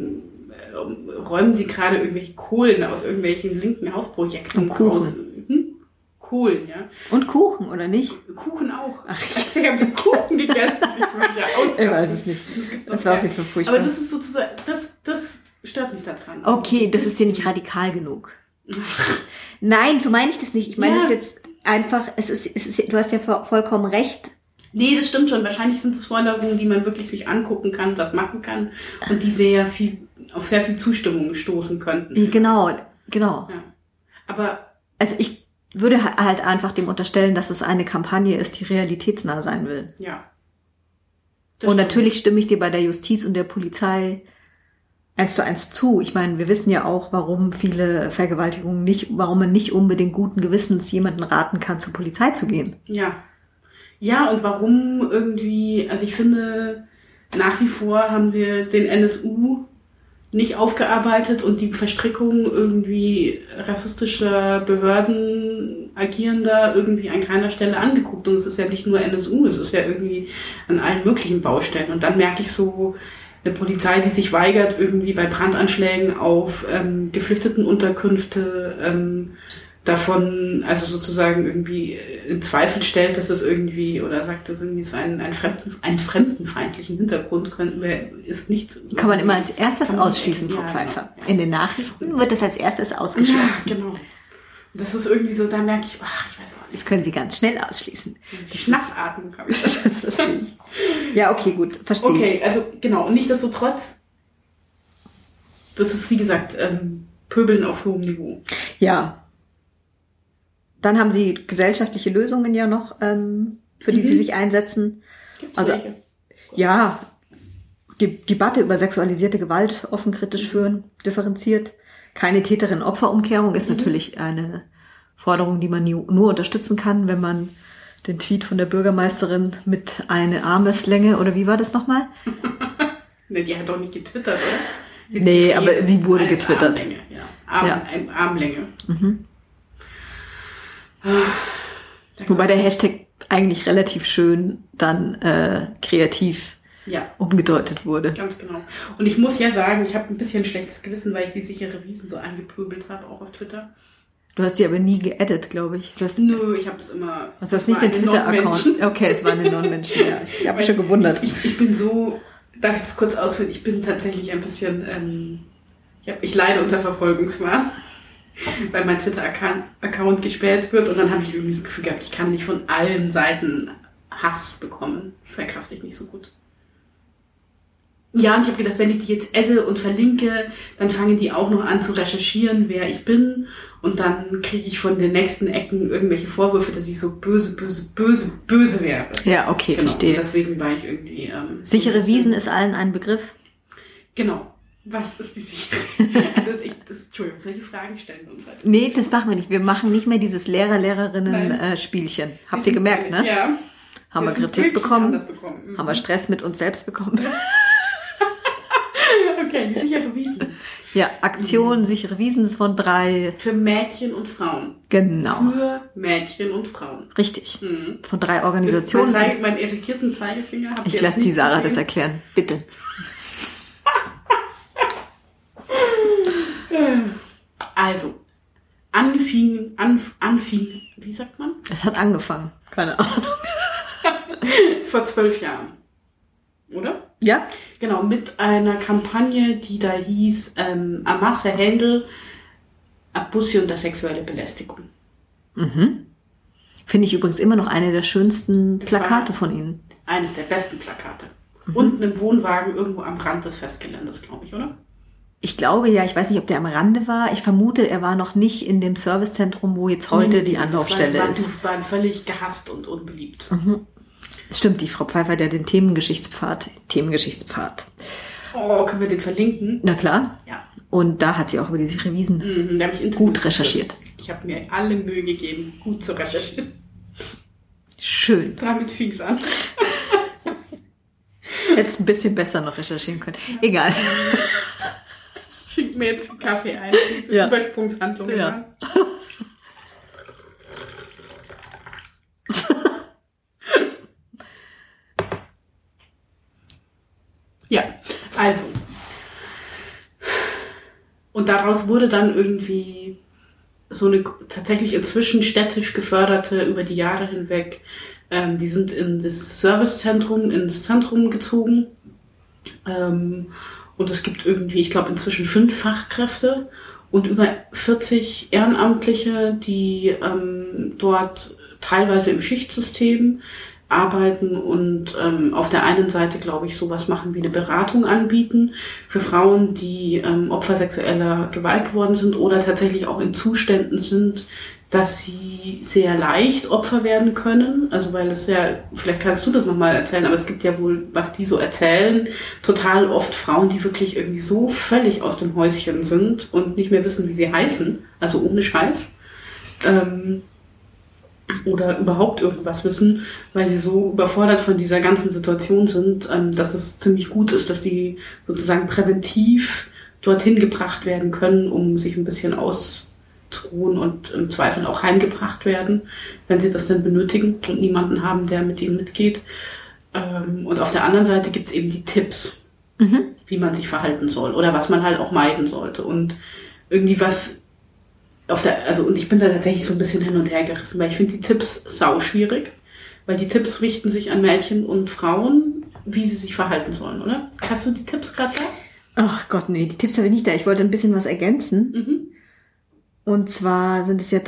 gerade irgendwelche Kohlen aus irgendwelchen linken Hausprojekten. Und Kuchen. Raus. Kohlen, ja. Und Kuchen, oder nicht? Kuchen auch. Ach, ich habe mit Kuchen gegessen. Ich weiß es nicht. Das war auf jeden Fall furchtbar. Aber das ist sozusagen, das stört mich daran. Okay, das ist dir nicht radikal genug. Nein, so meine ich das nicht. Ich meine das jetzt einfach, du hast ja vollkommen recht. Nee, das stimmt schon. Wahrscheinlich sind es Forderungen, die man wirklich sich angucken kann, was machen kann und die auf sehr viel Zustimmung stoßen könnten. Genau. Ja. Aber also ich würde halt einfach dem unterstellen, dass es eine Kampagne ist, die realitätsnah sein will. Ja. Und natürlich stimme ich dir bei der Justiz und der Polizei 1:1 zu. Ich meine, wir wissen ja auch, warum viele Vergewaltigungen warum man nicht unbedingt guten Gewissens jemanden raten kann, zur Polizei zu gehen. Ja. Ja, und warum irgendwie, also ich finde, nach wie vor haben wir den NSU nicht aufgearbeitet und die Verstrickung irgendwie rassistischer Behörden agierender irgendwie an keiner Stelle angeguckt. Und es ist ja nicht nur NSU, es ist ja irgendwie an allen möglichen Baustellen. Und dann merke ich so, eine Polizei, die sich weigert, irgendwie bei Brandanschlägen auf Geflüchtetenunterkünfte davon, also sozusagen irgendwie in Zweifel stellt, dass es irgendwie, oder sagt, dass irgendwie so einen fremdenfeindlichen Hintergrund ist nicht. Kann man immer als erstes ausschließen, Frau Pfeiffer. Genau. In den Nachrichten wird das als erstes ausgeschlossen. Ja, genau. Das ist irgendwie so, da merke ich, ich weiß auch nicht. Das können Sie ganz schnell ausschließen. Die Schnappatmung habe ich. Das verstehe ich. Ja, okay, gut, verstehe ich. Okay, also genau, und nichtsdestotrotz, das ist wie gesagt Pöbeln auf hohem Niveau. Ja. Dann haben Sie gesellschaftliche Lösungen ja noch, für die Sie sich einsetzen. Gibt's also welche? Ja, die Debatte über sexualisierte Gewalt offen kritisch führen, differenziert. Keine Täterin-Opfer-Umkehrung ist natürlich eine Forderung, die man nur unterstützen kann, wenn man den Tweet von der Bürgermeisterin mit eine Armeslänge, oder wie war das nochmal? Ne, die hat doch nicht getwittert, oder? Nee, aber sie wurde getwittert. Armlänge, ja. Armlänge. Mhm. Wobei der Hashtag eigentlich relativ schön dann kreativ umgedeutet wurde. Ganz genau. Und ich muss ja sagen, ich habe ein bisschen schlechtes Gewissen, weil ich die sichere Wiesen so angepöbelt habe, auch auf Twitter. Du hast sie aber nie geaddet, glaube ich. Nö, ich habe es immer... Also das nicht den Twitter-Account? Okay, es waren die Non-Menschen, ja. Ich habe mich schon gewundert. Ich bin so... Darf ich das kurz ausführen? Ich bin tatsächlich ein bisschen... ich leide unter Verfolgungswahn, weil mein Twitter-Account gesperrt wird und dann habe ich irgendwie das Gefühl gehabt, ich kann nicht von allen Seiten Hass bekommen. Das verkrafte ich nicht so gut. Ja, und ich habe gedacht, wenn ich die jetzt adde und verlinke, dann fangen die auch noch an zu recherchieren, wer ich bin. Und dann kriege ich von den nächsten Ecken irgendwelche Vorwürfe, dass ich so böse wäre. Ja, okay, genau. verstehe. Und deswegen war ich irgendwie... sichere Wiesen ist allen ein Begriff? Genau. Was ist die sichere? Entschuldigung, solche Fragen stellen wir uns heute. Nee, das machen wir nicht. Wir machen nicht mehr dieses Lehrerinnen-Spielchen. Habt ihr gemerkt, ne? Ja. Haben wir Kritik bekommen? Mhm. Haben wir Stress mit uns selbst bekommen? Okay, die sichere Wiesen. Ja, Aktion, sichere Wiesen ist von 3. Für Mädchen und Frauen. Genau. Für Mädchen und Frauen. Richtig. Mhm. Von 3 Organisationen. Meinen irritierten Zeigefinger. Ich lasse die Sarah das erklären. Bitte. Also, anfing, wie sagt man? Es hat angefangen. Keine Ahnung. Vor 12 Jahren. Oder? Ja? Genau, mit einer Kampagne, die da hieß, Amasse Händel, Abussi und der sexuelle Belästigung. Mhm. Finde ich übrigens immer noch eine der schönsten Plakate von Ihnen. Eines der besten Plakate. Und einem Wohnwagen irgendwo am Rand des Festgeländes, glaube ich, oder? Ich glaube ja, ich weiß nicht, ob der am Rande war. Ich vermute, er war noch nicht in dem Servicezentrum, wo jetzt heute die Anlaufstelle ist. Die waren völlig gehasst und unbeliebt. Mhm. Stimmt, die Frau Pfeiffer, der den Themengeschichtspfad. Oh, können wir den verlinken? Na klar. Ja. Und da hat sie auch über die sichere Wiesen da hab ich gut recherchiert. Ich habe mir alle Mühe gegeben, gut zu recherchieren. Schön. Damit fing es an. Hättest ein bisschen besser noch recherchieren können. Egal. Schickt mir jetzt einen Kaffee ein, diese Übersprungshandlung. Ja. Ja, also. Und daraus wurde dann irgendwie so eine tatsächlich inzwischen städtisch geförderte, über die Jahre hinweg, die sind in das Servicezentrum, ins Zentrum gezogen. Und es gibt irgendwie, ich glaube, inzwischen 5 Fachkräfte und über 40 Ehrenamtliche, die dort teilweise im Schichtsystem arbeiten und auf der einen Seite, glaube ich, sowas machen wie eine Beratung anbieten für Frauen, die Opfer sexueller Gewalt geworden sind oder tatsächlich auch in Zuständen sind, dass sie sehr leicht Opfer werden können. Also weil es ja, vielleicht kannst du das nochmal erzählen, aber es gibt ja wohl, was die so erzählen, total oft Frauen, die wirklich irgendwie so völlig aus dem Häuschen sind und nicht mehr wissen, wie sie heißen, also ohne Scheiß. Oder überhaupt irgendwas wissen, weil sie so überfordert von dieser ganzen Situation sind, dass es ziemlich gut ist, dass die sozusagen präventiv dorthin gebracht werden können, um sich ein bisschen auszuruhen und im Zweifel auch heimgebracht werden, wenn sie das denn benötigen und niemanden haben, der mit ihnen mitgeht. Und auf der anderen Seite gibt es eben die Tipps, wie man sich verhalten soll oder was man halt auch meiden sollte. Und irgendwie was und ich bin da tatsächlich so ein bisschen hin und her gerissen, weil ich finde die Tipps sau schwierig, weil die Tipps richten sich an Mädchen und Frauen, wie sie sich verhalten sollen, oder? Hast du die Tipps gerade da? Ach Gott, nee, die Tipps habe ich nicht da. Ich wollte ein bisschen was ergänzen. Und zwar sind es ja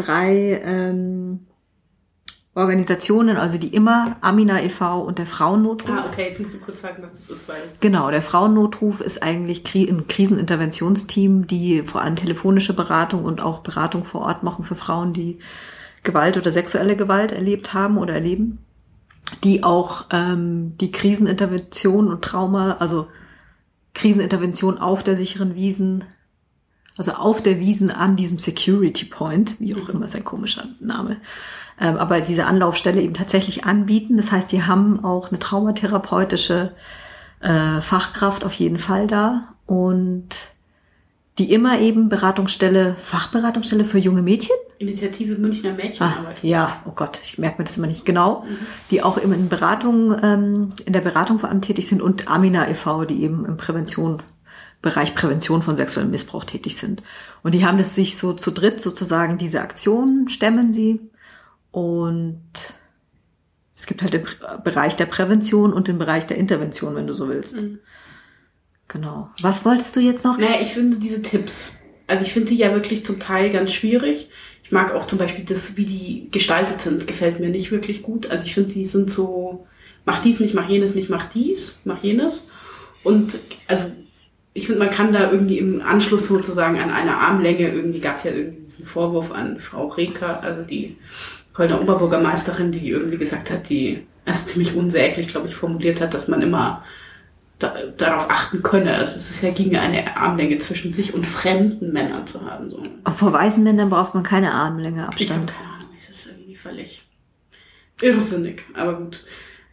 3 Organisationen, also die immer, Amina e.V. und der Frauennotruf. Ah, okay, jetzt musst du kurz sagen, was das ist, weil... Genau, der Frauennotruf ist eigentlich ein Kriseninterventionsteam, die vor allem telefonische Beratung und auch Beratung vor Ort machen für Frauen, die Gewalt oder sexuelle Gewalt erlebt haben oder erleben, die auch die Krisenintervention und Trauma, also Krisenintervention auf der sicheren Wiesen, also auf der Wiesen an diesem Security Point, wie auch immer, ist ein komischer Name, aber diese Anlaufstelle eben tatsächlich anbieten. Das heißt, die haben auch eine traumatherapeutische Fachkraft auf jeden Fall da und die immer eben Fachberatungsstelle für junge Mädchen. Initiative Münchner Mädchenarbeit. Ja, oh Gott, ich merke mir das immer nicht genau. Die auch immer in der Beratung vor allem tätig sind und Amina e.V., die eben im Bereich Prävention von sexuellem Missbrauch tätig sind. Und die haben das sich so zu dritt sozusagen, diese Aktion stemmen sie. Und es gibt halt den Bereich der Prävention und den Bereich der Intervention, wenn du so willst. Genau. Was wolltest du jetzt noch? Naja, ich finde diese Tipps, also ich finde die ja wirklich zum Teil ganz schwierig. Ich mag auch zum Beispiel das, wie die gestaltet sind, gefällt mir nicht wirklich gut. Also ich finde, die sind so, mach dies nicht, mach jenes nicht, mach dies, mach jenes. Und also ich finde, man kann da irgendwie im Anschluss sozusagen an eine Armlänge, irgendwie gab es ja irgendwie diesen Vorwurf an Frau Reker, also die Kölner Oberbürgermeisterin, die irgendwie gesagt hat, die erst ziemlich unsäglich, glaube ich, formuliert hat, dass man immer darauf achten könne. Also es ist ja gegen eine Armlänge zwischen sich und fremden Männern zu haben. So. Vor weißen Männern braucht man keine Armlänge Abstand. Ich habe keine Ahnung, das ist irgendwie völlig irrsinnig, aber gut.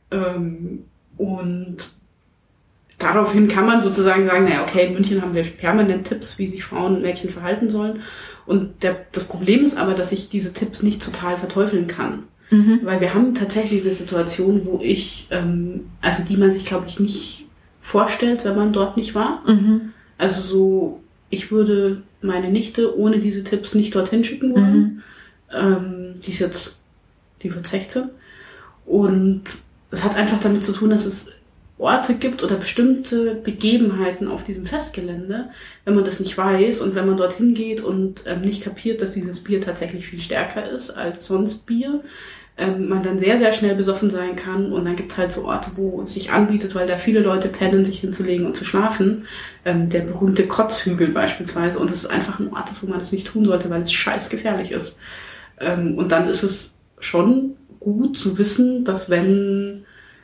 Und daraufhin kann man sozusagen sagen, naja, okay, in München haben wir permanent Tipps, wie sich Frauen und Mädchen verhalten sollen. Und das Problem ist aber, dass ich diese Tipps nicht total verteufeln kann. Weil wir haben tatsächlich eine Situation, wo also die man sich, glaube ich, nicht vorstellt, wenn man dort nicht war. Also so, ich würde meine Nichte ohne diese Tipps nicht dorthin schicken wollen. Die wird 16. Und das hat einfach damit zu tun, dass es Orte gibt oder bestimmte Begebenheiten auf diesem Festgelände, wenn man das nicht weiß und wenn man dorthin geht und nicht kapiert, dass dieses Bier tatsächlich viel stärker ist als sonst Bier, man dann sehr, sehr schnell besoffen sein kann. Und dann gibt's halt so Orte, wo es sich anbietet, weil da viele Leute pennen, sich hinzulegen und zu schlafen. Der berühmte Kotzhügel beispielsweise. Und das ist einfach ein Ort, wo man das nicht tun sollte, weil es scheißgefährlich ist. Und dann ist es schon gut zu wissen, dass wenn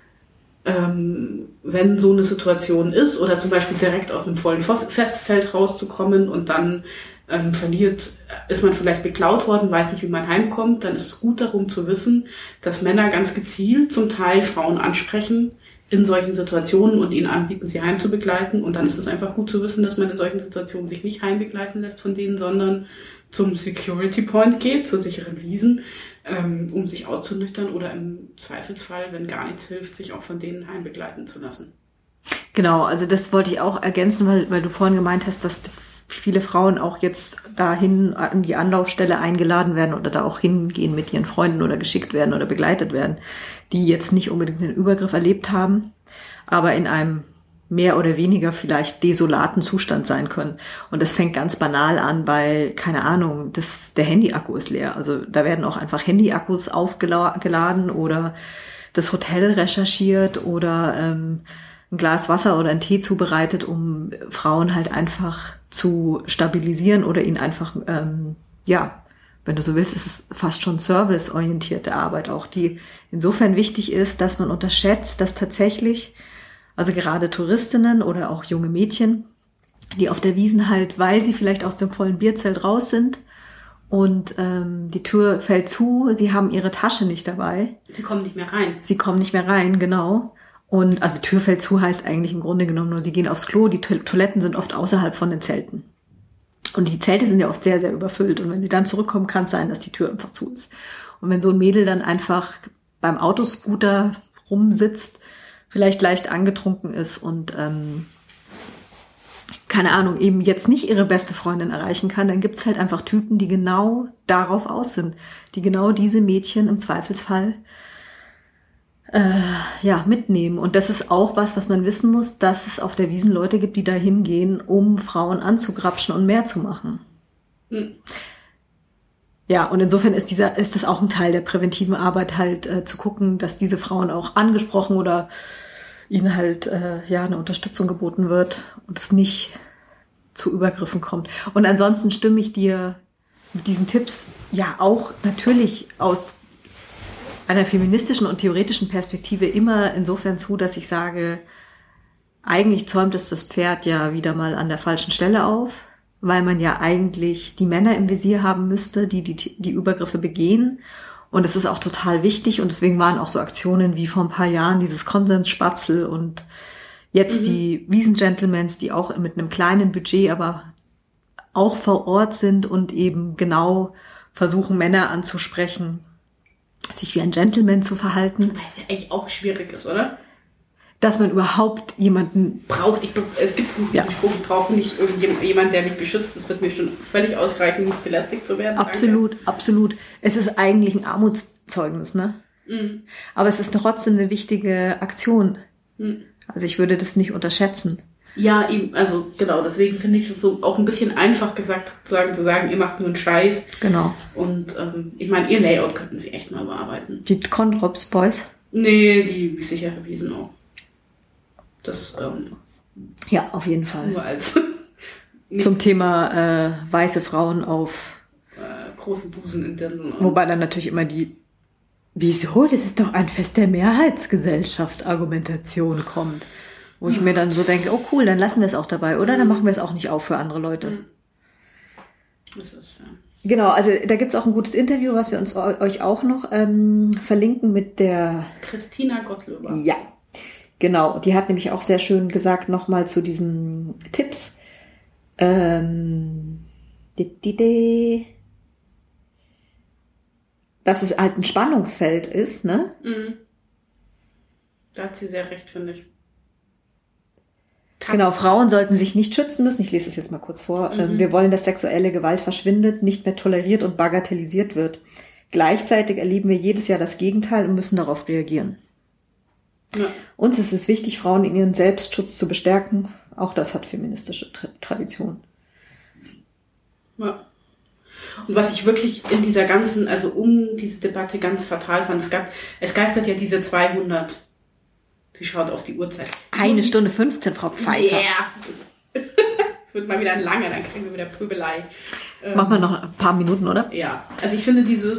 so eine Situation ist oder zum Beispiel direkt aus einem vollen Festzelt rauszukommen und dann ist man vielleicht beklaut worden, weiß nicht, wie man heimkommt, dann ist es gut darum zu wissen, dass Männer ganz gezielt zum Teil Frauen ansprechen in solchen Situationen und ihnen anbieten, sie heimzubegleiten. Und dann ist es einfach gut zu wissen, dass man in solchen Situationen sich nicht heimbegleiten lässt von denen, sondern zum Security Point geht, zur sicheren Wiesen, um sich auszunüchtern oder im Zweifelsfall, wenn gar nichts hilft, sich auch von denen heimbegleiten zu lassen. Genau, also das wollte ich auch ergänzen, weil du vorhin gemeint hast, dass viele Frauen auch jetzt dahin an die Anlaufstelle eingeladen werden oder da auch hingehen mit ihren Freunden oder geschickt werden oder begleitet werden, die jetzt nicht unbedingt einen Übergriff erlebt haben, aber in einem mehr oder weniger vielleicht desolaten Zustand sein können. Und das fängt ganz banal an, weil, keine Ahnung, der Handyakku ist leer. Also da werden auch einfach Handyakkus aufgeladen oder das Hotel recherchiert oder ein Glas Wasser oder einen Tee zubereitet, um Frauen halt einfach zu stabilisieren oder ihnen einfach, wenn du so willst, ist es fast schon serviceorientierte Arbeit auch, die insofern wichtig ist, dass man unterschätzt, dass tatsächlich, also gerade Touristinnen oder auch junge Mädchen, die auf der Wiesn halt, weil sie vielleicht aus dem vollen Bierzelt raus sind und die Tür fällt zu, sie haben ihre Tasche nicht dabei. Sie kommen nicht mehr rein. Sie kommen nicht mehr rein, genau. Und also Tür fällt zu heißt eigentlich im Grunde genommen nur, sie gehen aufs Klo, die Toiletten sind oft außerhalb von den Zelten. Und die Zelte sind ja oft sehr, sehr überfüllt. Und wenn sie dann zurückkommen, kann es sein, dass die Tür einfach zu ist. Und wenn so ein Mädel dann einfach beim Autoscooter rumsitzt, vielleicht leicht angetrunken ist und keine Ahnung, eben jetzt nicht ihre beste Freundin erreichen kann, dann gibt's halt einfach Typen, die genau darauf aus sind, die genau diese Mädchen im Zweifelsfall mitnehmen. Und das ist auch was man wissen muss, dass es auf der Wiesn Leute gibt, die da hingehen, um Frauen anzugrapschen und mehr zu machen. Ja, und insofern ist das auch ein Teil der präventiven Arbeit, halt zu gucken, dass diese Frauen auch angesprochen oder ihnen halt eine Unterstützung geboten wird und es nicht zu Übergriffen kommt. Und ansonsten stimme ich dir mit diesen Tipps ja auch natürlich aus einer feministischen und theoretischen Perspektive immer insofern zu, dass ich sage, eigentlich zäumt es das Pferd ja wieder mal an der falschen Stelle auf, weil man ja eigentlich die Männer im Visier haben müsste, die Übergriffe begehen. Und es ist auch total wichtig und deswegen waren auch so Aktionen wie vor ein paar Jahren dieses Konsensspatzel und jetzt die Wiesn-Gentlemans, die auch mit einem kleinen Budget, aber auch vor Ort sind und eben genau versuchen, Männer anzusprechen, sich wie ein Gentleman zu verhalten. Weil es ja eigentlich auch schwierig ist, oder? Dass man überhaupt jemanden braucht. Es gibt diesen Spruch, ich brauche nicht irgendjemand, der mich beschützt. Das wird mir schon völlig ausreichen, nicht belästigt zu werden. Absolut, danke. Absolut. Es ist eigentlich ein Armutszeugnis, ne? Aber es ist trotzdem eine wichtige Aktion. Also ich würde das nicht unterschätzen. Ja, eben, also genau, deswegen finde ich es so auch ein bisschen einfach gesagt zu sagen, ihr macht nur einen Scheiß. Genau. Und ich meine, ihr Layout könnten sie echt mal bearbeiten. Die Conrops Boys? Nee, die sichere Wiesn auch. Das, Ja, auf jeden Fall. Nur als zum Thema weiße Frauen auf großen Busen in Dirndl. Wobei dann natürlich immer wieso, das ist doch ein Fest der Mehrheitsgesellschaft Argumentation kommt. Wo ich mir dann so denke, oh cool, dann lassen wir es auch dabei, oder? Dann machen wir es auch nicht auf für andere Leute. Das ist, ja. Genau, also da gibt's auch ein gutes Interview, was wir euch auch noch verlinken mit der Christina Gottlöber. Ja, genau. Die hat nämlich auch sehr schön gesagt, nochmal zu diesen Tipps. Dass es halt ein Spannungsfeld ist, ne? Mhm. Da hat sie sehr recht, finde ich. Genau, Frauen sollten sich nicht schützen müssen. Ich lese es jetzt mal kurz vor. Wir wollen, dass sexuelle Gewalt verschwindet, nicht mehr toleriert und bagatellisiert wird. Gleichzeitig erleben wir jedes Jahr das Gegenteil und müssen darauf reagieren. Ja. Uns ist es wichtig, Frauen in ihren Selbstschutz zu bestärken. Auch das hat feministische Tradition. Ja. Und was ich wirklich in dieser ganzen, also um diese Debatte ganz fatal fand, es geistert ja diese 200. Sie schaut auf die Uhrzeit. 1 Stunde 15, Frau Pfeiffer. Yeah. Das wird mal wieder ein langer, dann kriegen wir wieder Pöbelei. Machen wir noch ein paar Minuten, oder? Ja, also ich finde diese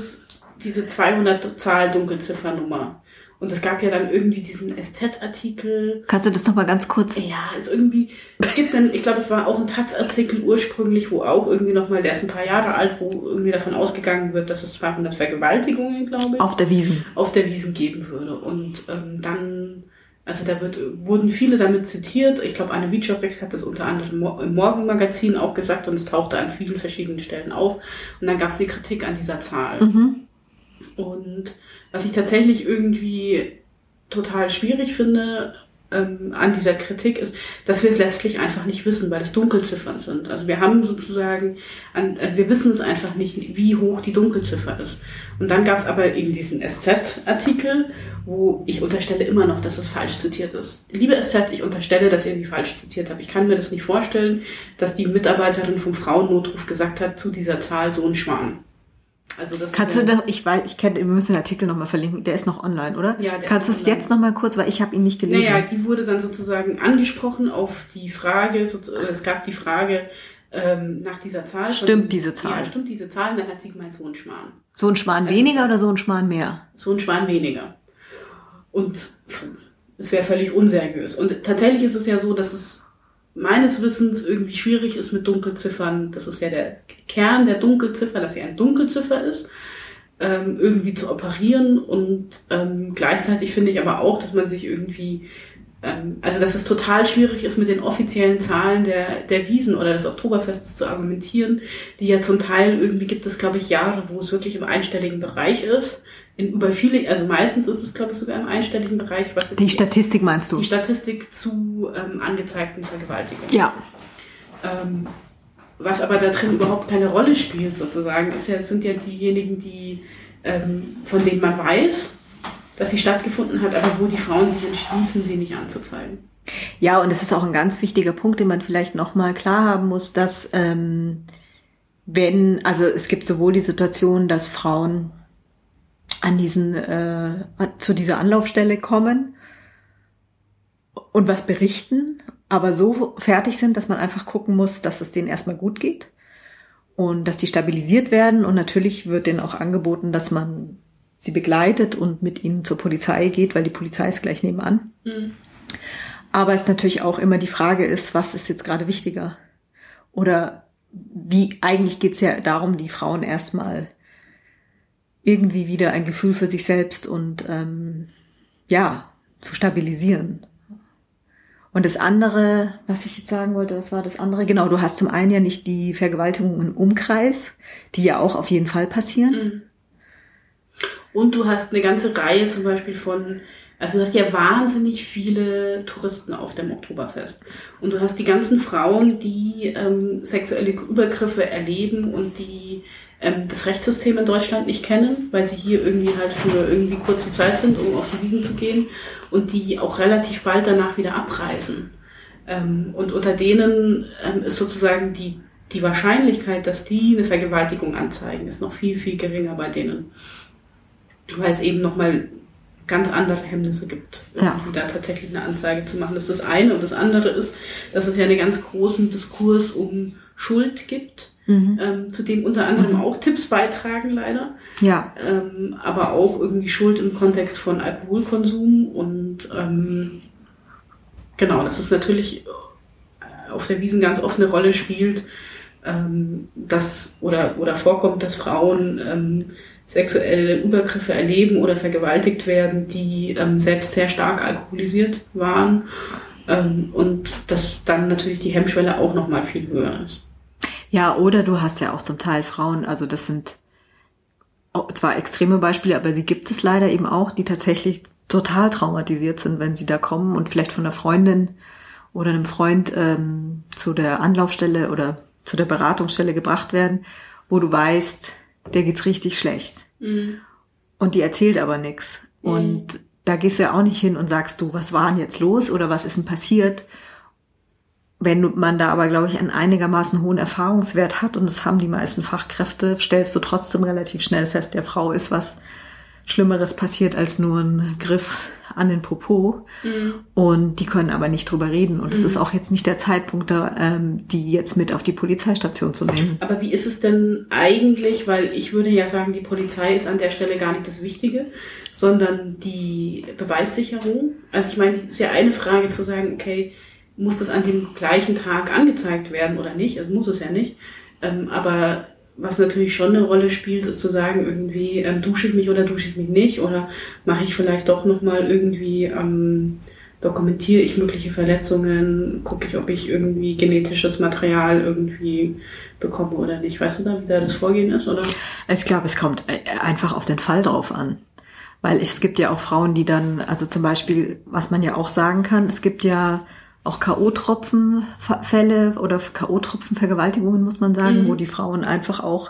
200-Zahl-Dunkelziffernummer. Und es gab ja dann irgendwie diesen SZ-Artikel. Kannst du das noch mal ganz kurz? Ja, ist irgendwie, ich glaube, es war auch ein Taz-Artikel ursprünglich, wo auch irgendwie nochmal, der ist ein paar Jahre alt, wo irgendwie davon ausgegangen wird, dass es 200 Vergewaltigungen, glaube ich. Auf der Wiesn geben würde. Und dann, also wurden viele damit zitiert. Ich glaube, Anne Wieczorek hat das unter anderem im Morgenmagazin auch gesagt und es tauchte an vielen verschiedenen Stellen auf. Und dann gab es eine Kritik an dieser Zahl. Und was ich tatsächlich irgendwie total schwierig finde an dieser Kritik ist, dass wir es letztlich einfach nicht wissen, weil es Dunkelziffern sind. Also wir haben sozusagen, wir wissen es einfach nicht, wie hoch die Dunkelziffer ist. Und dann gab es aber eben diesen SZ-Artikel, wo ich unterstelle immer noch, dass es falsch zitiert ist. Liebe SZ, ich unterstelle, dass ihr die falsch zitiert habt. Ich kann mir das nicht vorstellen, dass die Mitarbeiterin vom Frauennotruf gesagt hat, zu dieser Zahl so ein Schwan. Also das Kannst du da, wir müssen den Artikel nochmal verlinken, der ist noch online, oder? Ja, Kannst du es jetzt nochmal kurz, weil ich habe ihn nicht gelesen. Naja, die wurde dann sozusagen angesprochen auf die Frage, es gab die Frage nach dieser Zahl. Stimmt diese Zahl? Ja, stimmt diese Zahl, und dann hat sie gemeint, so ein Schwan. So ein Schwan weniger oder so ein Schwan mehr? So ein Schwan weniger. Und es wäre völlig unseriös. Und tatsächlich ist es ja so, dass es meines Wissens irgendwie schwierig ist mit Dunkelziffern. Das ist ja der Kern der Dunkelziffer, dass sie eine Dunkelziffer ist, irgendwie zu operieren. Und gleichzeitig finde ich aber auch, dass man sich irgendwie, also dass es total schwierig ist, mit den offiziellen Zahlen der Wiesn oder des Oktoberfestes zu argumentieren, die ja zum Teil irgendwie gibt es, glaube ich, Jahre, wo es wirklich im einstelligen Bereich ist. Also meistens ist es, glaube ich, sogar im einstelligen Bereich. Die Statistik meinst du? Die Statistik zu angezeigten Vergewaltigungen. Ja. Was aber da drin überhaupt keine Rolle spielt, sozusagen, sind ja diejenigen, von denen man weiß, dass sie stattgefunden hat, aber wo die Frauen sich entschließen, sie nicht anzuzeigen. Ja, und es ist auch ein ganz wichtiger Punkt, den man vielleicht nochmal klar haben muss, dass es gibt sowohl die Situation, dass Frauen zu dieser Anlaufstelle kommen und was berichten, aber so fertig sind, dass man einfach gucken muss, dass es denen erstmal gut geht und dass die stabilisiert werden, und natürlich wird denen auch angeboten, dass man sie begleitet und mit ihnen zur Polizei geht, weil die Polizei ist gleich nebenan. Aber es natürlich auch immer die Frage ist, was ist jetzt gerade wichtiger? Oder eigentlich geht's ja darum, die Frauen erstmal irgendwie wieder ein Gefühl für sich selbst und zu stabilisieren. Und das andere, was ich jetzt sagen wollte, was war das andere? Genau, du hast zum einen ja nicht die Vergewaltigung im Umkreis, die ja auch auf jeden Fall passieren. Und du hast eine ganze Reihe zum Beispiel also du hast ja wahnsinnig viele Touristen auf dem Oktoberfest. Und du hast die ganzen Frauen, die sexuelle Übergriffe erleben und die das Rechtssystem in Deutschland nicht kennen, weil sie hier irgendwie halt für irgendwie kurze Zeit sind, um auf die Wiesn zu gehen, und die auch relativ bald danach wieder abreisen. Und unter denen ist sozusagen die Wahrscheinlichkeit, dass die eine Vergewaltigung anzeigen, ist noch viel, viel geringer bei denen. Weil es eben nochmal ganz andere Hemmnisse gibt, Ja. da tatsächlich eine Anzeige zu machen. Das ist das eine. Und das andere ist, dass es ja einen ganz großen Diskurs um Schuld gibt, zu dem unter anderem auch Tipps beitragen, leider. Ja. Aber auch irgendwie Schuld im Kontext von Alkoholkonsum. Und genau, dass es natürlich auf der Wiesn ganz oft eine Rolle spielt, dass oder vorkommt, dass Frauen sexuelle Übergriffe erleben oder vergewaltigt werden, die selbst sehr stark alkoholisiert waren, und dass dann natürlich die Hemmschwelle auch nochmal viel höher ist. Ja, oder du hast ja auch zum Teil Frauen, also das sind zwar extreme Beispiele, aber sie gibt es leider eben auch, die tatsächlich total traumatisiert sind, wenn sie da kommen und vielleicht von einer Freundin oder einem Freund zu der Anlaufstelle oder zu der Beratungsstelle gebracht werden, wo du weißt, der geht's richtig schlecht. Und die erzählt aber nichts. Und da gehst du ja auch nicht hin und sagst du, was war denn jetzt los oder was ist denn passiert? Wenn man da aber, glaube ich, einen einigermaßen hohen Erfahrungswert hat, und das haben die meisten Fachkräfte, stellst du trotzdem relativ schnell fest, der Frau ist was Schlimmeres passiert als nur ein Griff an den Popo. Und die können aber nicht drüber reden. Und es ist auch jetzt nicht der Zeitpunkt, die jetzt mit auf die Polizeistation zu nehmen. Aber wie ist es denn eigentlich, weil ich würde ja sagen, die Polizei ist an der Stelle gar nicht das Wichtige, sondern die Beweissicherung. Also ich meine, es ist ja eine Frage zu sagen, okay, muss das an dem gleichen Tag angezeigt werden oder nicht? Also muss es ja nicht. Aber was natürlich schon eine Rolle spielt, ist zu sagen, irgendwie dusche ich mich oder dusche ich mich nicht, oder mache ich vielleicht doch nochmal irgendwie, dokumentiere ich mögliche Verletzungen, gucke ich, ob ich irgendwie genetisches Material irgendwie bekomme oder nicht. Weißt du da, wie da das Vorgehen ist, oder? Ich glaube, es kommt einfach auf den Fall drauf an. Weil es gibt ja auch Frauen, die dann, also zum Beispiel, was man ja auch sagen kann, es gibt ja auch K.O.-Tropfen-Fälle oder K.O.-Tropfen-Vergewaltigungen, muss man sagen, wo die Frauen einfach auch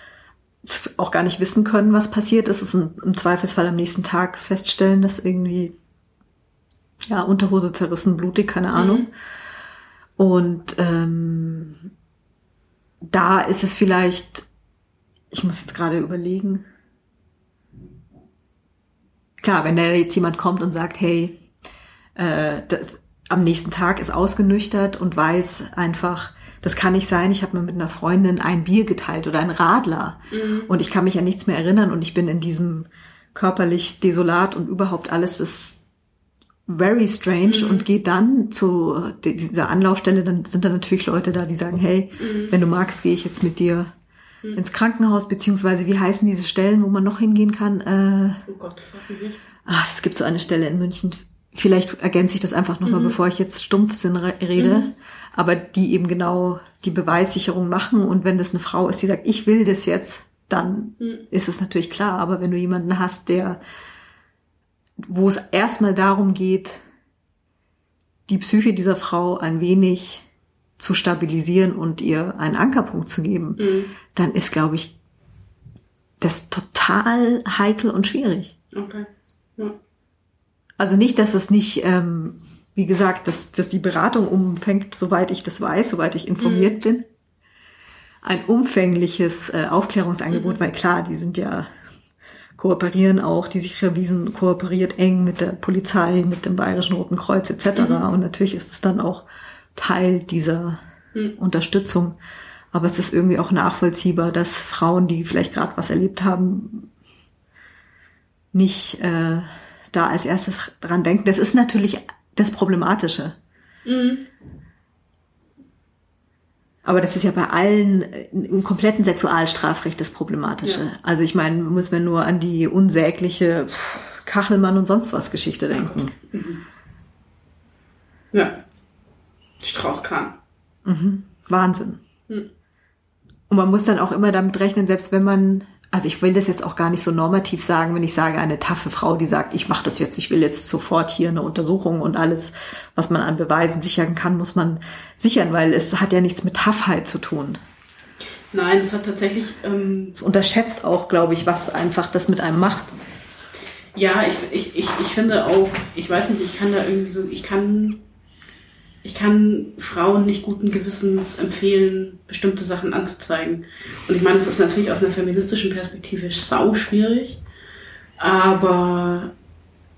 gar nicht wissen können, was passiert ist. Es ist im Zweifelsfall am nächsten Tag feststellen, dass irgendwie, ja, Unterhose zerrissen, blutig, keine Ahnung. Und da ist es vielleicht, ich muss jetzt gerade überlegen, klar, wenn da jetzt jemand kommt und sagt, hey, am nächsten Tag ist ausgenüchtert und weiß einfach, das kann nicht sein, ich habe mir mit einer Freundin ein Bier geteilt oder ein Radler und ich kann mich an nichts mehr erinnern und ich bin in diesem körperlich desolat und überhaupt alles ist very strange und geht dann zu dieser Anlaufstelle, dann sind da natürlich Leute da, die sagen, hey, wenn du magst, gehe ich jetzt mit dir ins Krankenhaus, beziehungsweise wie heißen diese Stellen, wo man noch hingehen kann? Oh Gott, frag mich nicht. Es gibt so eine Stelle in München. Vielleicht ergänze ich das einfach nochmal, bevor ich jetzt Stumpfsinn rede. Aber die eben genau die Beweissicherung machen. Und wenn das eine Frau ist, die sagt, ich will das jetzt, dann ist es natürlich klar. Aber wenn du jemanden hast, wo es erstmal darum geht, die Psyche dieser Frau ein wenig zu stabilisieren und ihr einen Ankerpunkt zu geben, dann ist, glaube ich, das total heikel und schwierig. Okay, ja. Also nicht, dass es nicht, wie gesagt, dass die Beratung umfängt, soweit ich das weiß, soweit ich informiert bin, ein umfängliches Aufklärungsangebot, weil klar, die sind ja, kooperieren auch, die sichere Wiesn kooperiert eng mit der Polizei, mit dem Bayerischen Roten Kreuz etc. Und natürlich ist es dann auch Teil dieser Unterstützung. Aber es ist irgendwie auch nachvollziehbar, dass Frauen, die vielleicht gerade was erlebt haben, nicht da als erstes dran denken. Das ist natürlich das Problematische. Aber das ist ja bei allen im kompletten Sexualstrafrecht das Problematische. Ja. Also ich meine, muss man nur an die unsägliche Kachelmann und sonst was Geschichte denken. Ja. Strauß-Kahn. Wahnsinn. Und man muss dann auch immer damit rechnen, selbst wenn man, also ich will das jetzt auch gar nicht so normativ sagen, wenn ich sage, eine taffe Frau, die sagt, ich mache das jetzt, ich will jetzt sofort hier eine Untersuchung und alles, was man an Beweisen sichern kann, muss man sichern, weil es hat ja nichts mit Taffheit zu tun. Nein, es hat tatsächlich... Es unterschätzt auch, glaube ich, was einfach das mit einem macht. Ja, ich finde auch, ich weiß nicht, ich kann da irgendwie so, ich kann Frauen nicht guten Gewissens empfehlen, bestimmte Sachen anzuzeigen. Und ich meine, es ist natürlich aus einer feministischen Perspektive sau schwierig, aber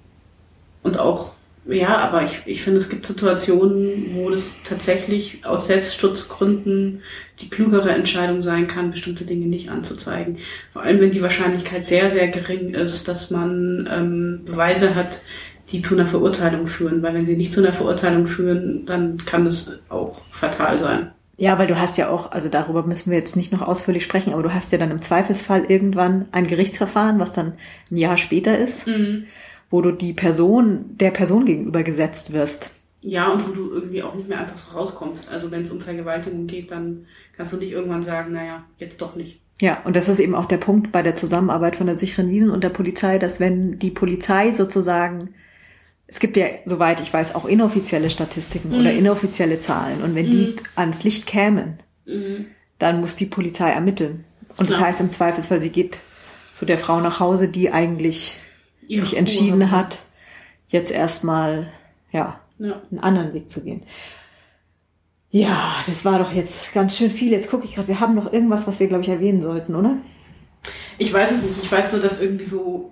Und auch, ja, aber ich finde, es gibt Situationen, wo das tatsächlich aus Selbstschutzgründen die klügere Entscheidung sein kann, bestimmte Dinge nicht anzuzeigen. Vor allem, wenn die Wahrscheinlichkeit sehr, sehr gering ist, dass man Beweise hat, die zu einer Verurteilung führen. Weil wenn sie nicht zu einer Verurteilung führen, dann kann es auch fatal sein. Ja, weil du hast ja auch, also darüber müssen wir jetzt nicht noch ausführlich sprechen, aber du hast ja dann im Zweifelsfall irgendwann ein Gerichtsverfahren, was dann ein Jahr später ist, wo du der Person gegenüber gesetzt wirst. Ja, und wo du irgendwie auch nicht mehr einfach so rauskommst. Also wenn es um Vergewaltigung geht, dann kannst du nicht irgendwann sagen, naja, jetzt doch nicht. Ja, und das ist eben auch der Punkt bei der Zusammenarbeit von der sicheren Wiesen und der Polizei, dass wenn die Polizei sozusagen, es gibt ja, soweit ich weiß, auch inoffizielle Statistiken oder inoffizielle Zahlen. Und wenn die ans Licht kämen, dann muss die Polizei ermitteln. Und das heißt im Zweifelsfall, sie geht zu der Frau nach Hause, die eigentlich sich entschieden hat, jetzt erstmal, einen anderen Weg zu gehen. Ja, das war doch jetzt ganz schön viel. Jetzt gucke ich gerade, wir haben noch irgendwas, was wir, glaube ich, erwähnen sollten, oder? Ich weiß es nicht. Ich weiß nur, dass irgendwie so...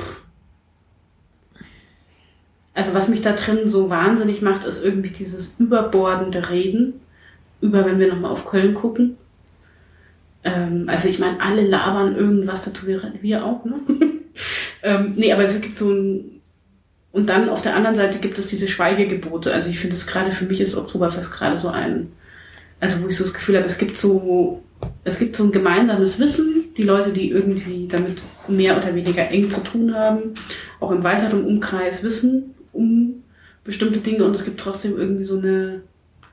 Also was mich da drin so wahnsinnig macht, ist irgendwie dieses überbordende Reden, wenn wir nochmal auf Köln gucken. Also ich meine, alle labern irgendwas dazu, wir auch, ne? Nee, aber es gibt so ein... Und dann auf der anderen Seite gibt es diese Schweigegebote. Also ich finde es gerade, für mich ist Oktoberfest gerade so also wo ich so das Gefühl habe, es gibt so ein gemeinsames Wissen, die Leute, die irgendwie damit mehr oder weniger eng zu tun haben, auch im weiteren Umkreis wissen um bestimmte Dinge, und es gibt trotzdem irgendwie so ein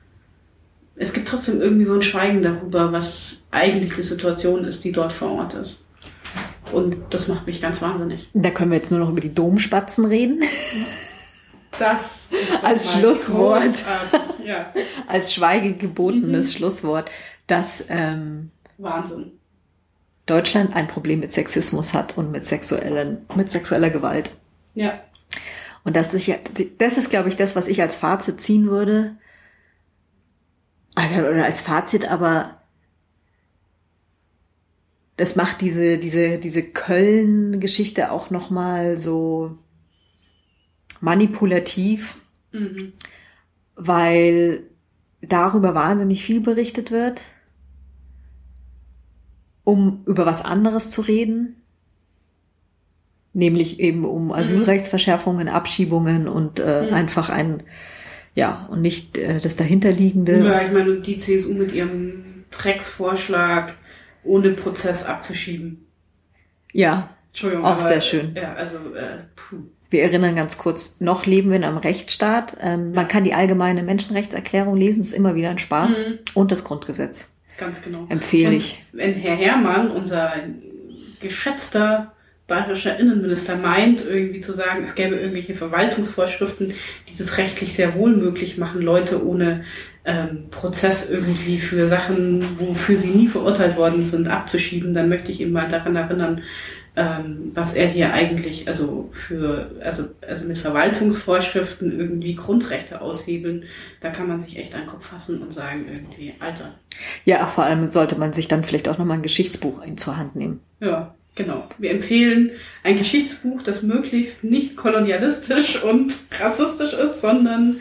Schweigen darüber, was eigentlich die Situation ist, die dort vor Ort ist. Und das macht mich ganz wahnsinnig. Da können wir jetzt nur noch über die Domspatzen reden. Das als Schlusswort. Ja. Als schweigegebotenes Schlusswort, dass Wahnsinn. Deutschland ein Problem mit Sexismus hat und mit sexueller Gewalt. Ja. Und das ist, glaube ich, das, was ich als Fazit ziehen würde. Also, oder als Fazit, aber das macht diese Köln-Geschichte auch nochmal so manipulativ, weil darüber wahnsinnig viel berichtet wird, um über was anderes zu reden, nämlich eben um Asylrechtsverschärfungen, Abschiebungen und einfach und nicht das dahinterliegende. Ja, ich meine, die CSU mit ihrem Drecksvorschlag ohne Prozess abzuschieben. Ja, Entschuldigung, auch sehr schön. Ja, also, Wir erinnern ganz kurz, noch leben wir in einem Rechtsstaat. Man kann die allgemeine Menschenrechtserklärung lesen, ist immer wieder ein Spaß. Und das Grundgesetz. Ganz genau. Empfehle ich. Wenn Herr Herrmann, unser geschätzter bayerischer Innenminister, meint, irgendwie zu sagen, es gäbe irgendwelche Verwaltungsvorschriften, die das rechtlich sehr wohl möglich machen, Leute ohne Prozess irgendwie für Sachen, wofür sie nie verurteilt worden sind, abzuschieben, dann möchte ich ihn mal daran erinnern, was er hier eigentlich, also mit Verwaltungsvorschriften irgendwie Grundrechte aushebeln, da kann man sich echt an den Kopf fassen und sagen irgendwie, Alter. Ja, vor allem sollte man sich dann vielleicht auch nochmal ein Geschichtsbuch zur Hand nehmen. Ja, genau. Wir empfehlen ein Geschichtsbuch, das möglichst nicht kolonialistisch und rassistisch ist, sondern,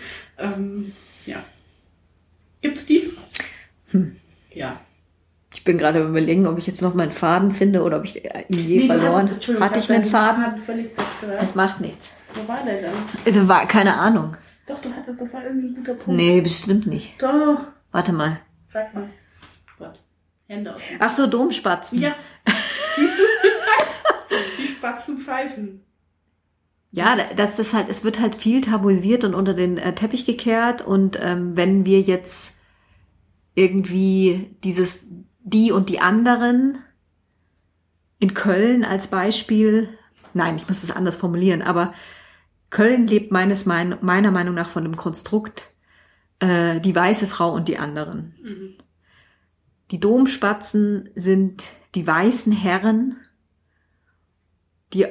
Gibt's die? Ja. Ich bin gerade überlegen, ob ich jetzt noch meinen Faden finde oder ob ich ihn je verloren habe. Hatte ich einen Faden? Völlig zerstört. Das macht nichts. Wo war der dann? Also keine Ahnung. Doch, das war irgendwie ein guter Punkt. Nee, bestimmt nicht. Doch. Warte mal. Sag mal. Gott. Hände auf. Ach so, Domspatzen. Ja. Siehst du? Die Spatzen pfeifen. Ja, es wird halt viel tabuisiert und unter den Teppich gekehrt, und wenn wir jetzt irgendwie die und die anderen in Köln als Beispiel, nein, ich muss es anders formulieren, aber Köln lebt meiner Meinung nach von dem Konstrukt die weiße Frau und die anderen. Die Domspatzen sind die weißen Herren, die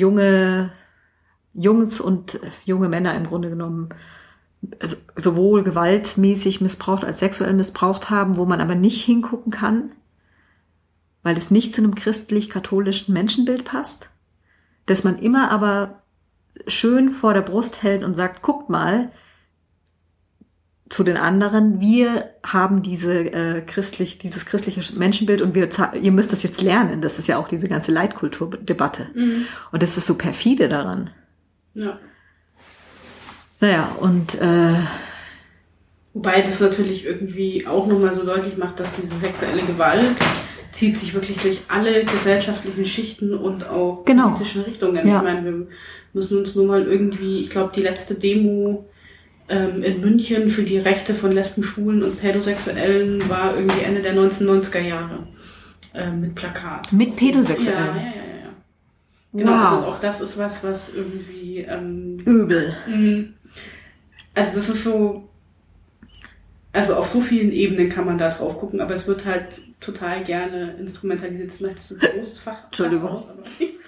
Jungs und junge Männer im Grunde genommen sowohl gewaltmäßig missbraucht als sexuell missbraucht haben, wo man aber nicht hingucken kann, weil es nicht zu einem christlich-katholischen Menschenbild passt, dass man immer aber schön vor der Brust hält und sagt, guckt mal zu den anderen, wir haben dieses christliche Menschenbild und ihr müsst das jetzt lernen. Das ist ja auch diese ganze Leitkulturdebatte. Mhm. Und das ist so perfide daran. Ja. Naja, und wobei das natürlich irgendwie auch nochmal so deutlich macht, dass diese sexuelle Gewalt zieht sich wirklich durch alle gesellschaftlichen Schichten und auch politischen Richtungen. Ja. Ich meine, wir müssen uns nur mal irgendwie, ich glaube, die letzte Demo in München für die Rechte von Lesben, Schwulen und Pädosexuellen war irgendwie Ende der 1990er Jahre mit Plakat. Mit Pädosexuellen? Ja. Genau, wow. Also auch das ist was irgendwie übel. Also das ist so, also auf so vielen Ebenen kann man da drauf gucken, aber es wird halt total gerne instrumentalisiert. Das macht ein großes Fach aus, aber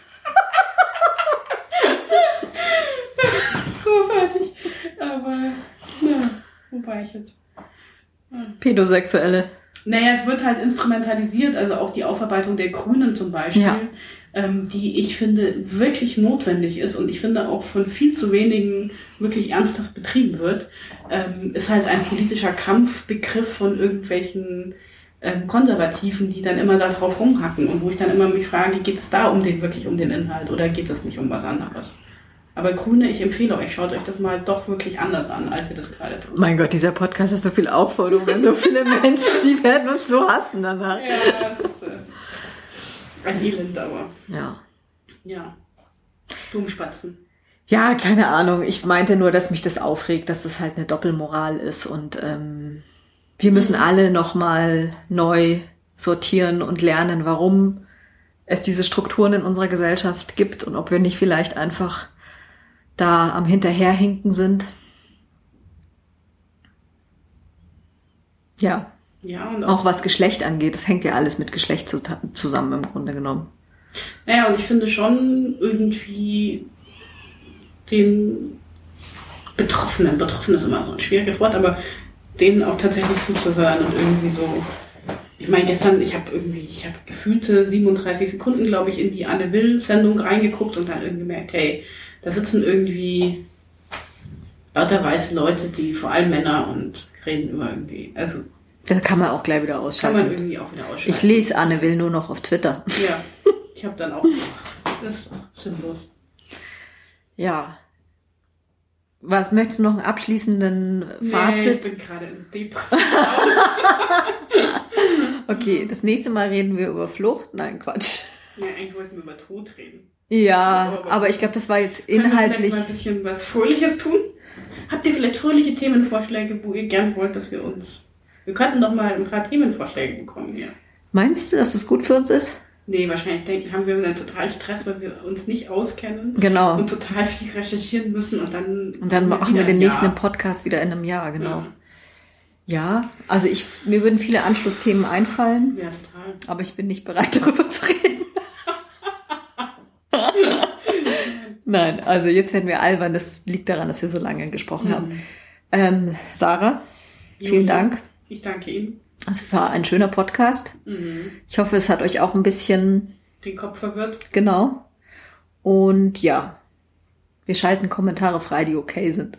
großartig. Aber, ja, wobei ich jetzt... Ja. Pädosexuelle. Naja, es wird halt instrumentalisiert, also auch die Aufarbeitung der Grünen zum Beispiel, die ich finde wirklich notwendig ist und ich finde auch von viel zu wenigen wirklich ernsthaft betrieben wird, ist halt ein politischer Kampfbegriff von irgendwelchen Konservativen, die dann immer da drauf rumhacken und wo ich dann immer mich frage, geht es da wirklich um den Inhalt oder geht es nicht um was anderes? Aber Grüne, ich empfehle euch, schaut euch das mal doch wirklich anders an, als ihr das gerade tut. Mein Gott, dieser Podcast hat so viele Aufforderungen, so viele Menschen, die werden uns so hassen danach. Ja, das ist ein Elend, aber... Ja. Dummspatzen. Ja, keine Ahnung. Ich meinte nur, dass mich das aufregt, dass das halt eine Doppelmoral ist und wir müssen alle nochmal neu sortieren und lernen, warum es diese Strukturen in unserer Gesellschaft gibt und ob wir nicht vielleicht einfach da am Hinterherhinken sind. Ja. Ja, und auch was Geschlecht angeht, das hängt ja alles mit Geschlecht zusammen im Grunde genommen. Naja, und ich finde schon irgendwie den Betroffenen ist immer so ein schwieriges Wort, aber denen auch tatsächlich zuzuhören und irgendwie so, ich meine gestern, ich habe gefühlte 37 Sekunden, glaube ich, in die Anne Will-Sendung reingeguckt und dann irgendwie gemerkt, hey, da sitzen irgendwie lauter weiße Leute, die vor allem Männer und reden über irgendwie, also... Das kann man auch gleich wieder ausschalten. Kann man irgendwie auch wieder ausschalten. Ich lese Anne Will nur noch auf Twitter. Ja, ich habe dann auch... Das ist auch sinnlos. Ja. Was, möchtest du noch einen abschließenden Fazit? Nee, ich bin gerade in Depression. Okay, das nächste Mal reden wir über Flucht. Nein, Quatsch. Ja, eigentlich wollten wir über Tod reden. Ja, aber ich glaube, das war jetzt inhaltlich... Können wir vielleicht mal ein bisschen was Fröhliches tun? Habt ihr vielleicht fröhliche Themenvorschläge, wo ihr gern wollt, dass wir uns... Wir könnten doch mal ein paar Themenvorschläge bekommen hier. Meinst du, dass das gut für uns ist? Nee, wahrscheinlich haben wir einen totalen Stress, weil wir uns nicht auskennen. Genau. Und total viel recherchieren müssen und dann machen wir den nächsten Podcast wieder in einem Jahr, genau. Ja, also mir würden viele Anschlussthemen einfallen. Ja, total. Aber ich bin nicht bereit, darüber zu reden. Nein, also jetzt werden wir albern. Das liegt daran, dass wir so lange gesprochen haben. Sarah, vielen Dank. Ich danke Ihnen. Es war ein schöner Podcast. Ich hoffe, es hat euch auch ein bisschen... den Kopf verwirrt. Genau. Und ja, wir schalten Kommentare frei, die okay sind.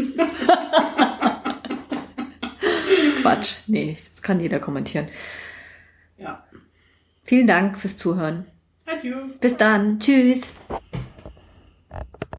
Quatsch. Nee, das kann jeder kommentieren. Ja. Vielen Dank fürs Zuhören. Adieu. Bis dann. Tschüss.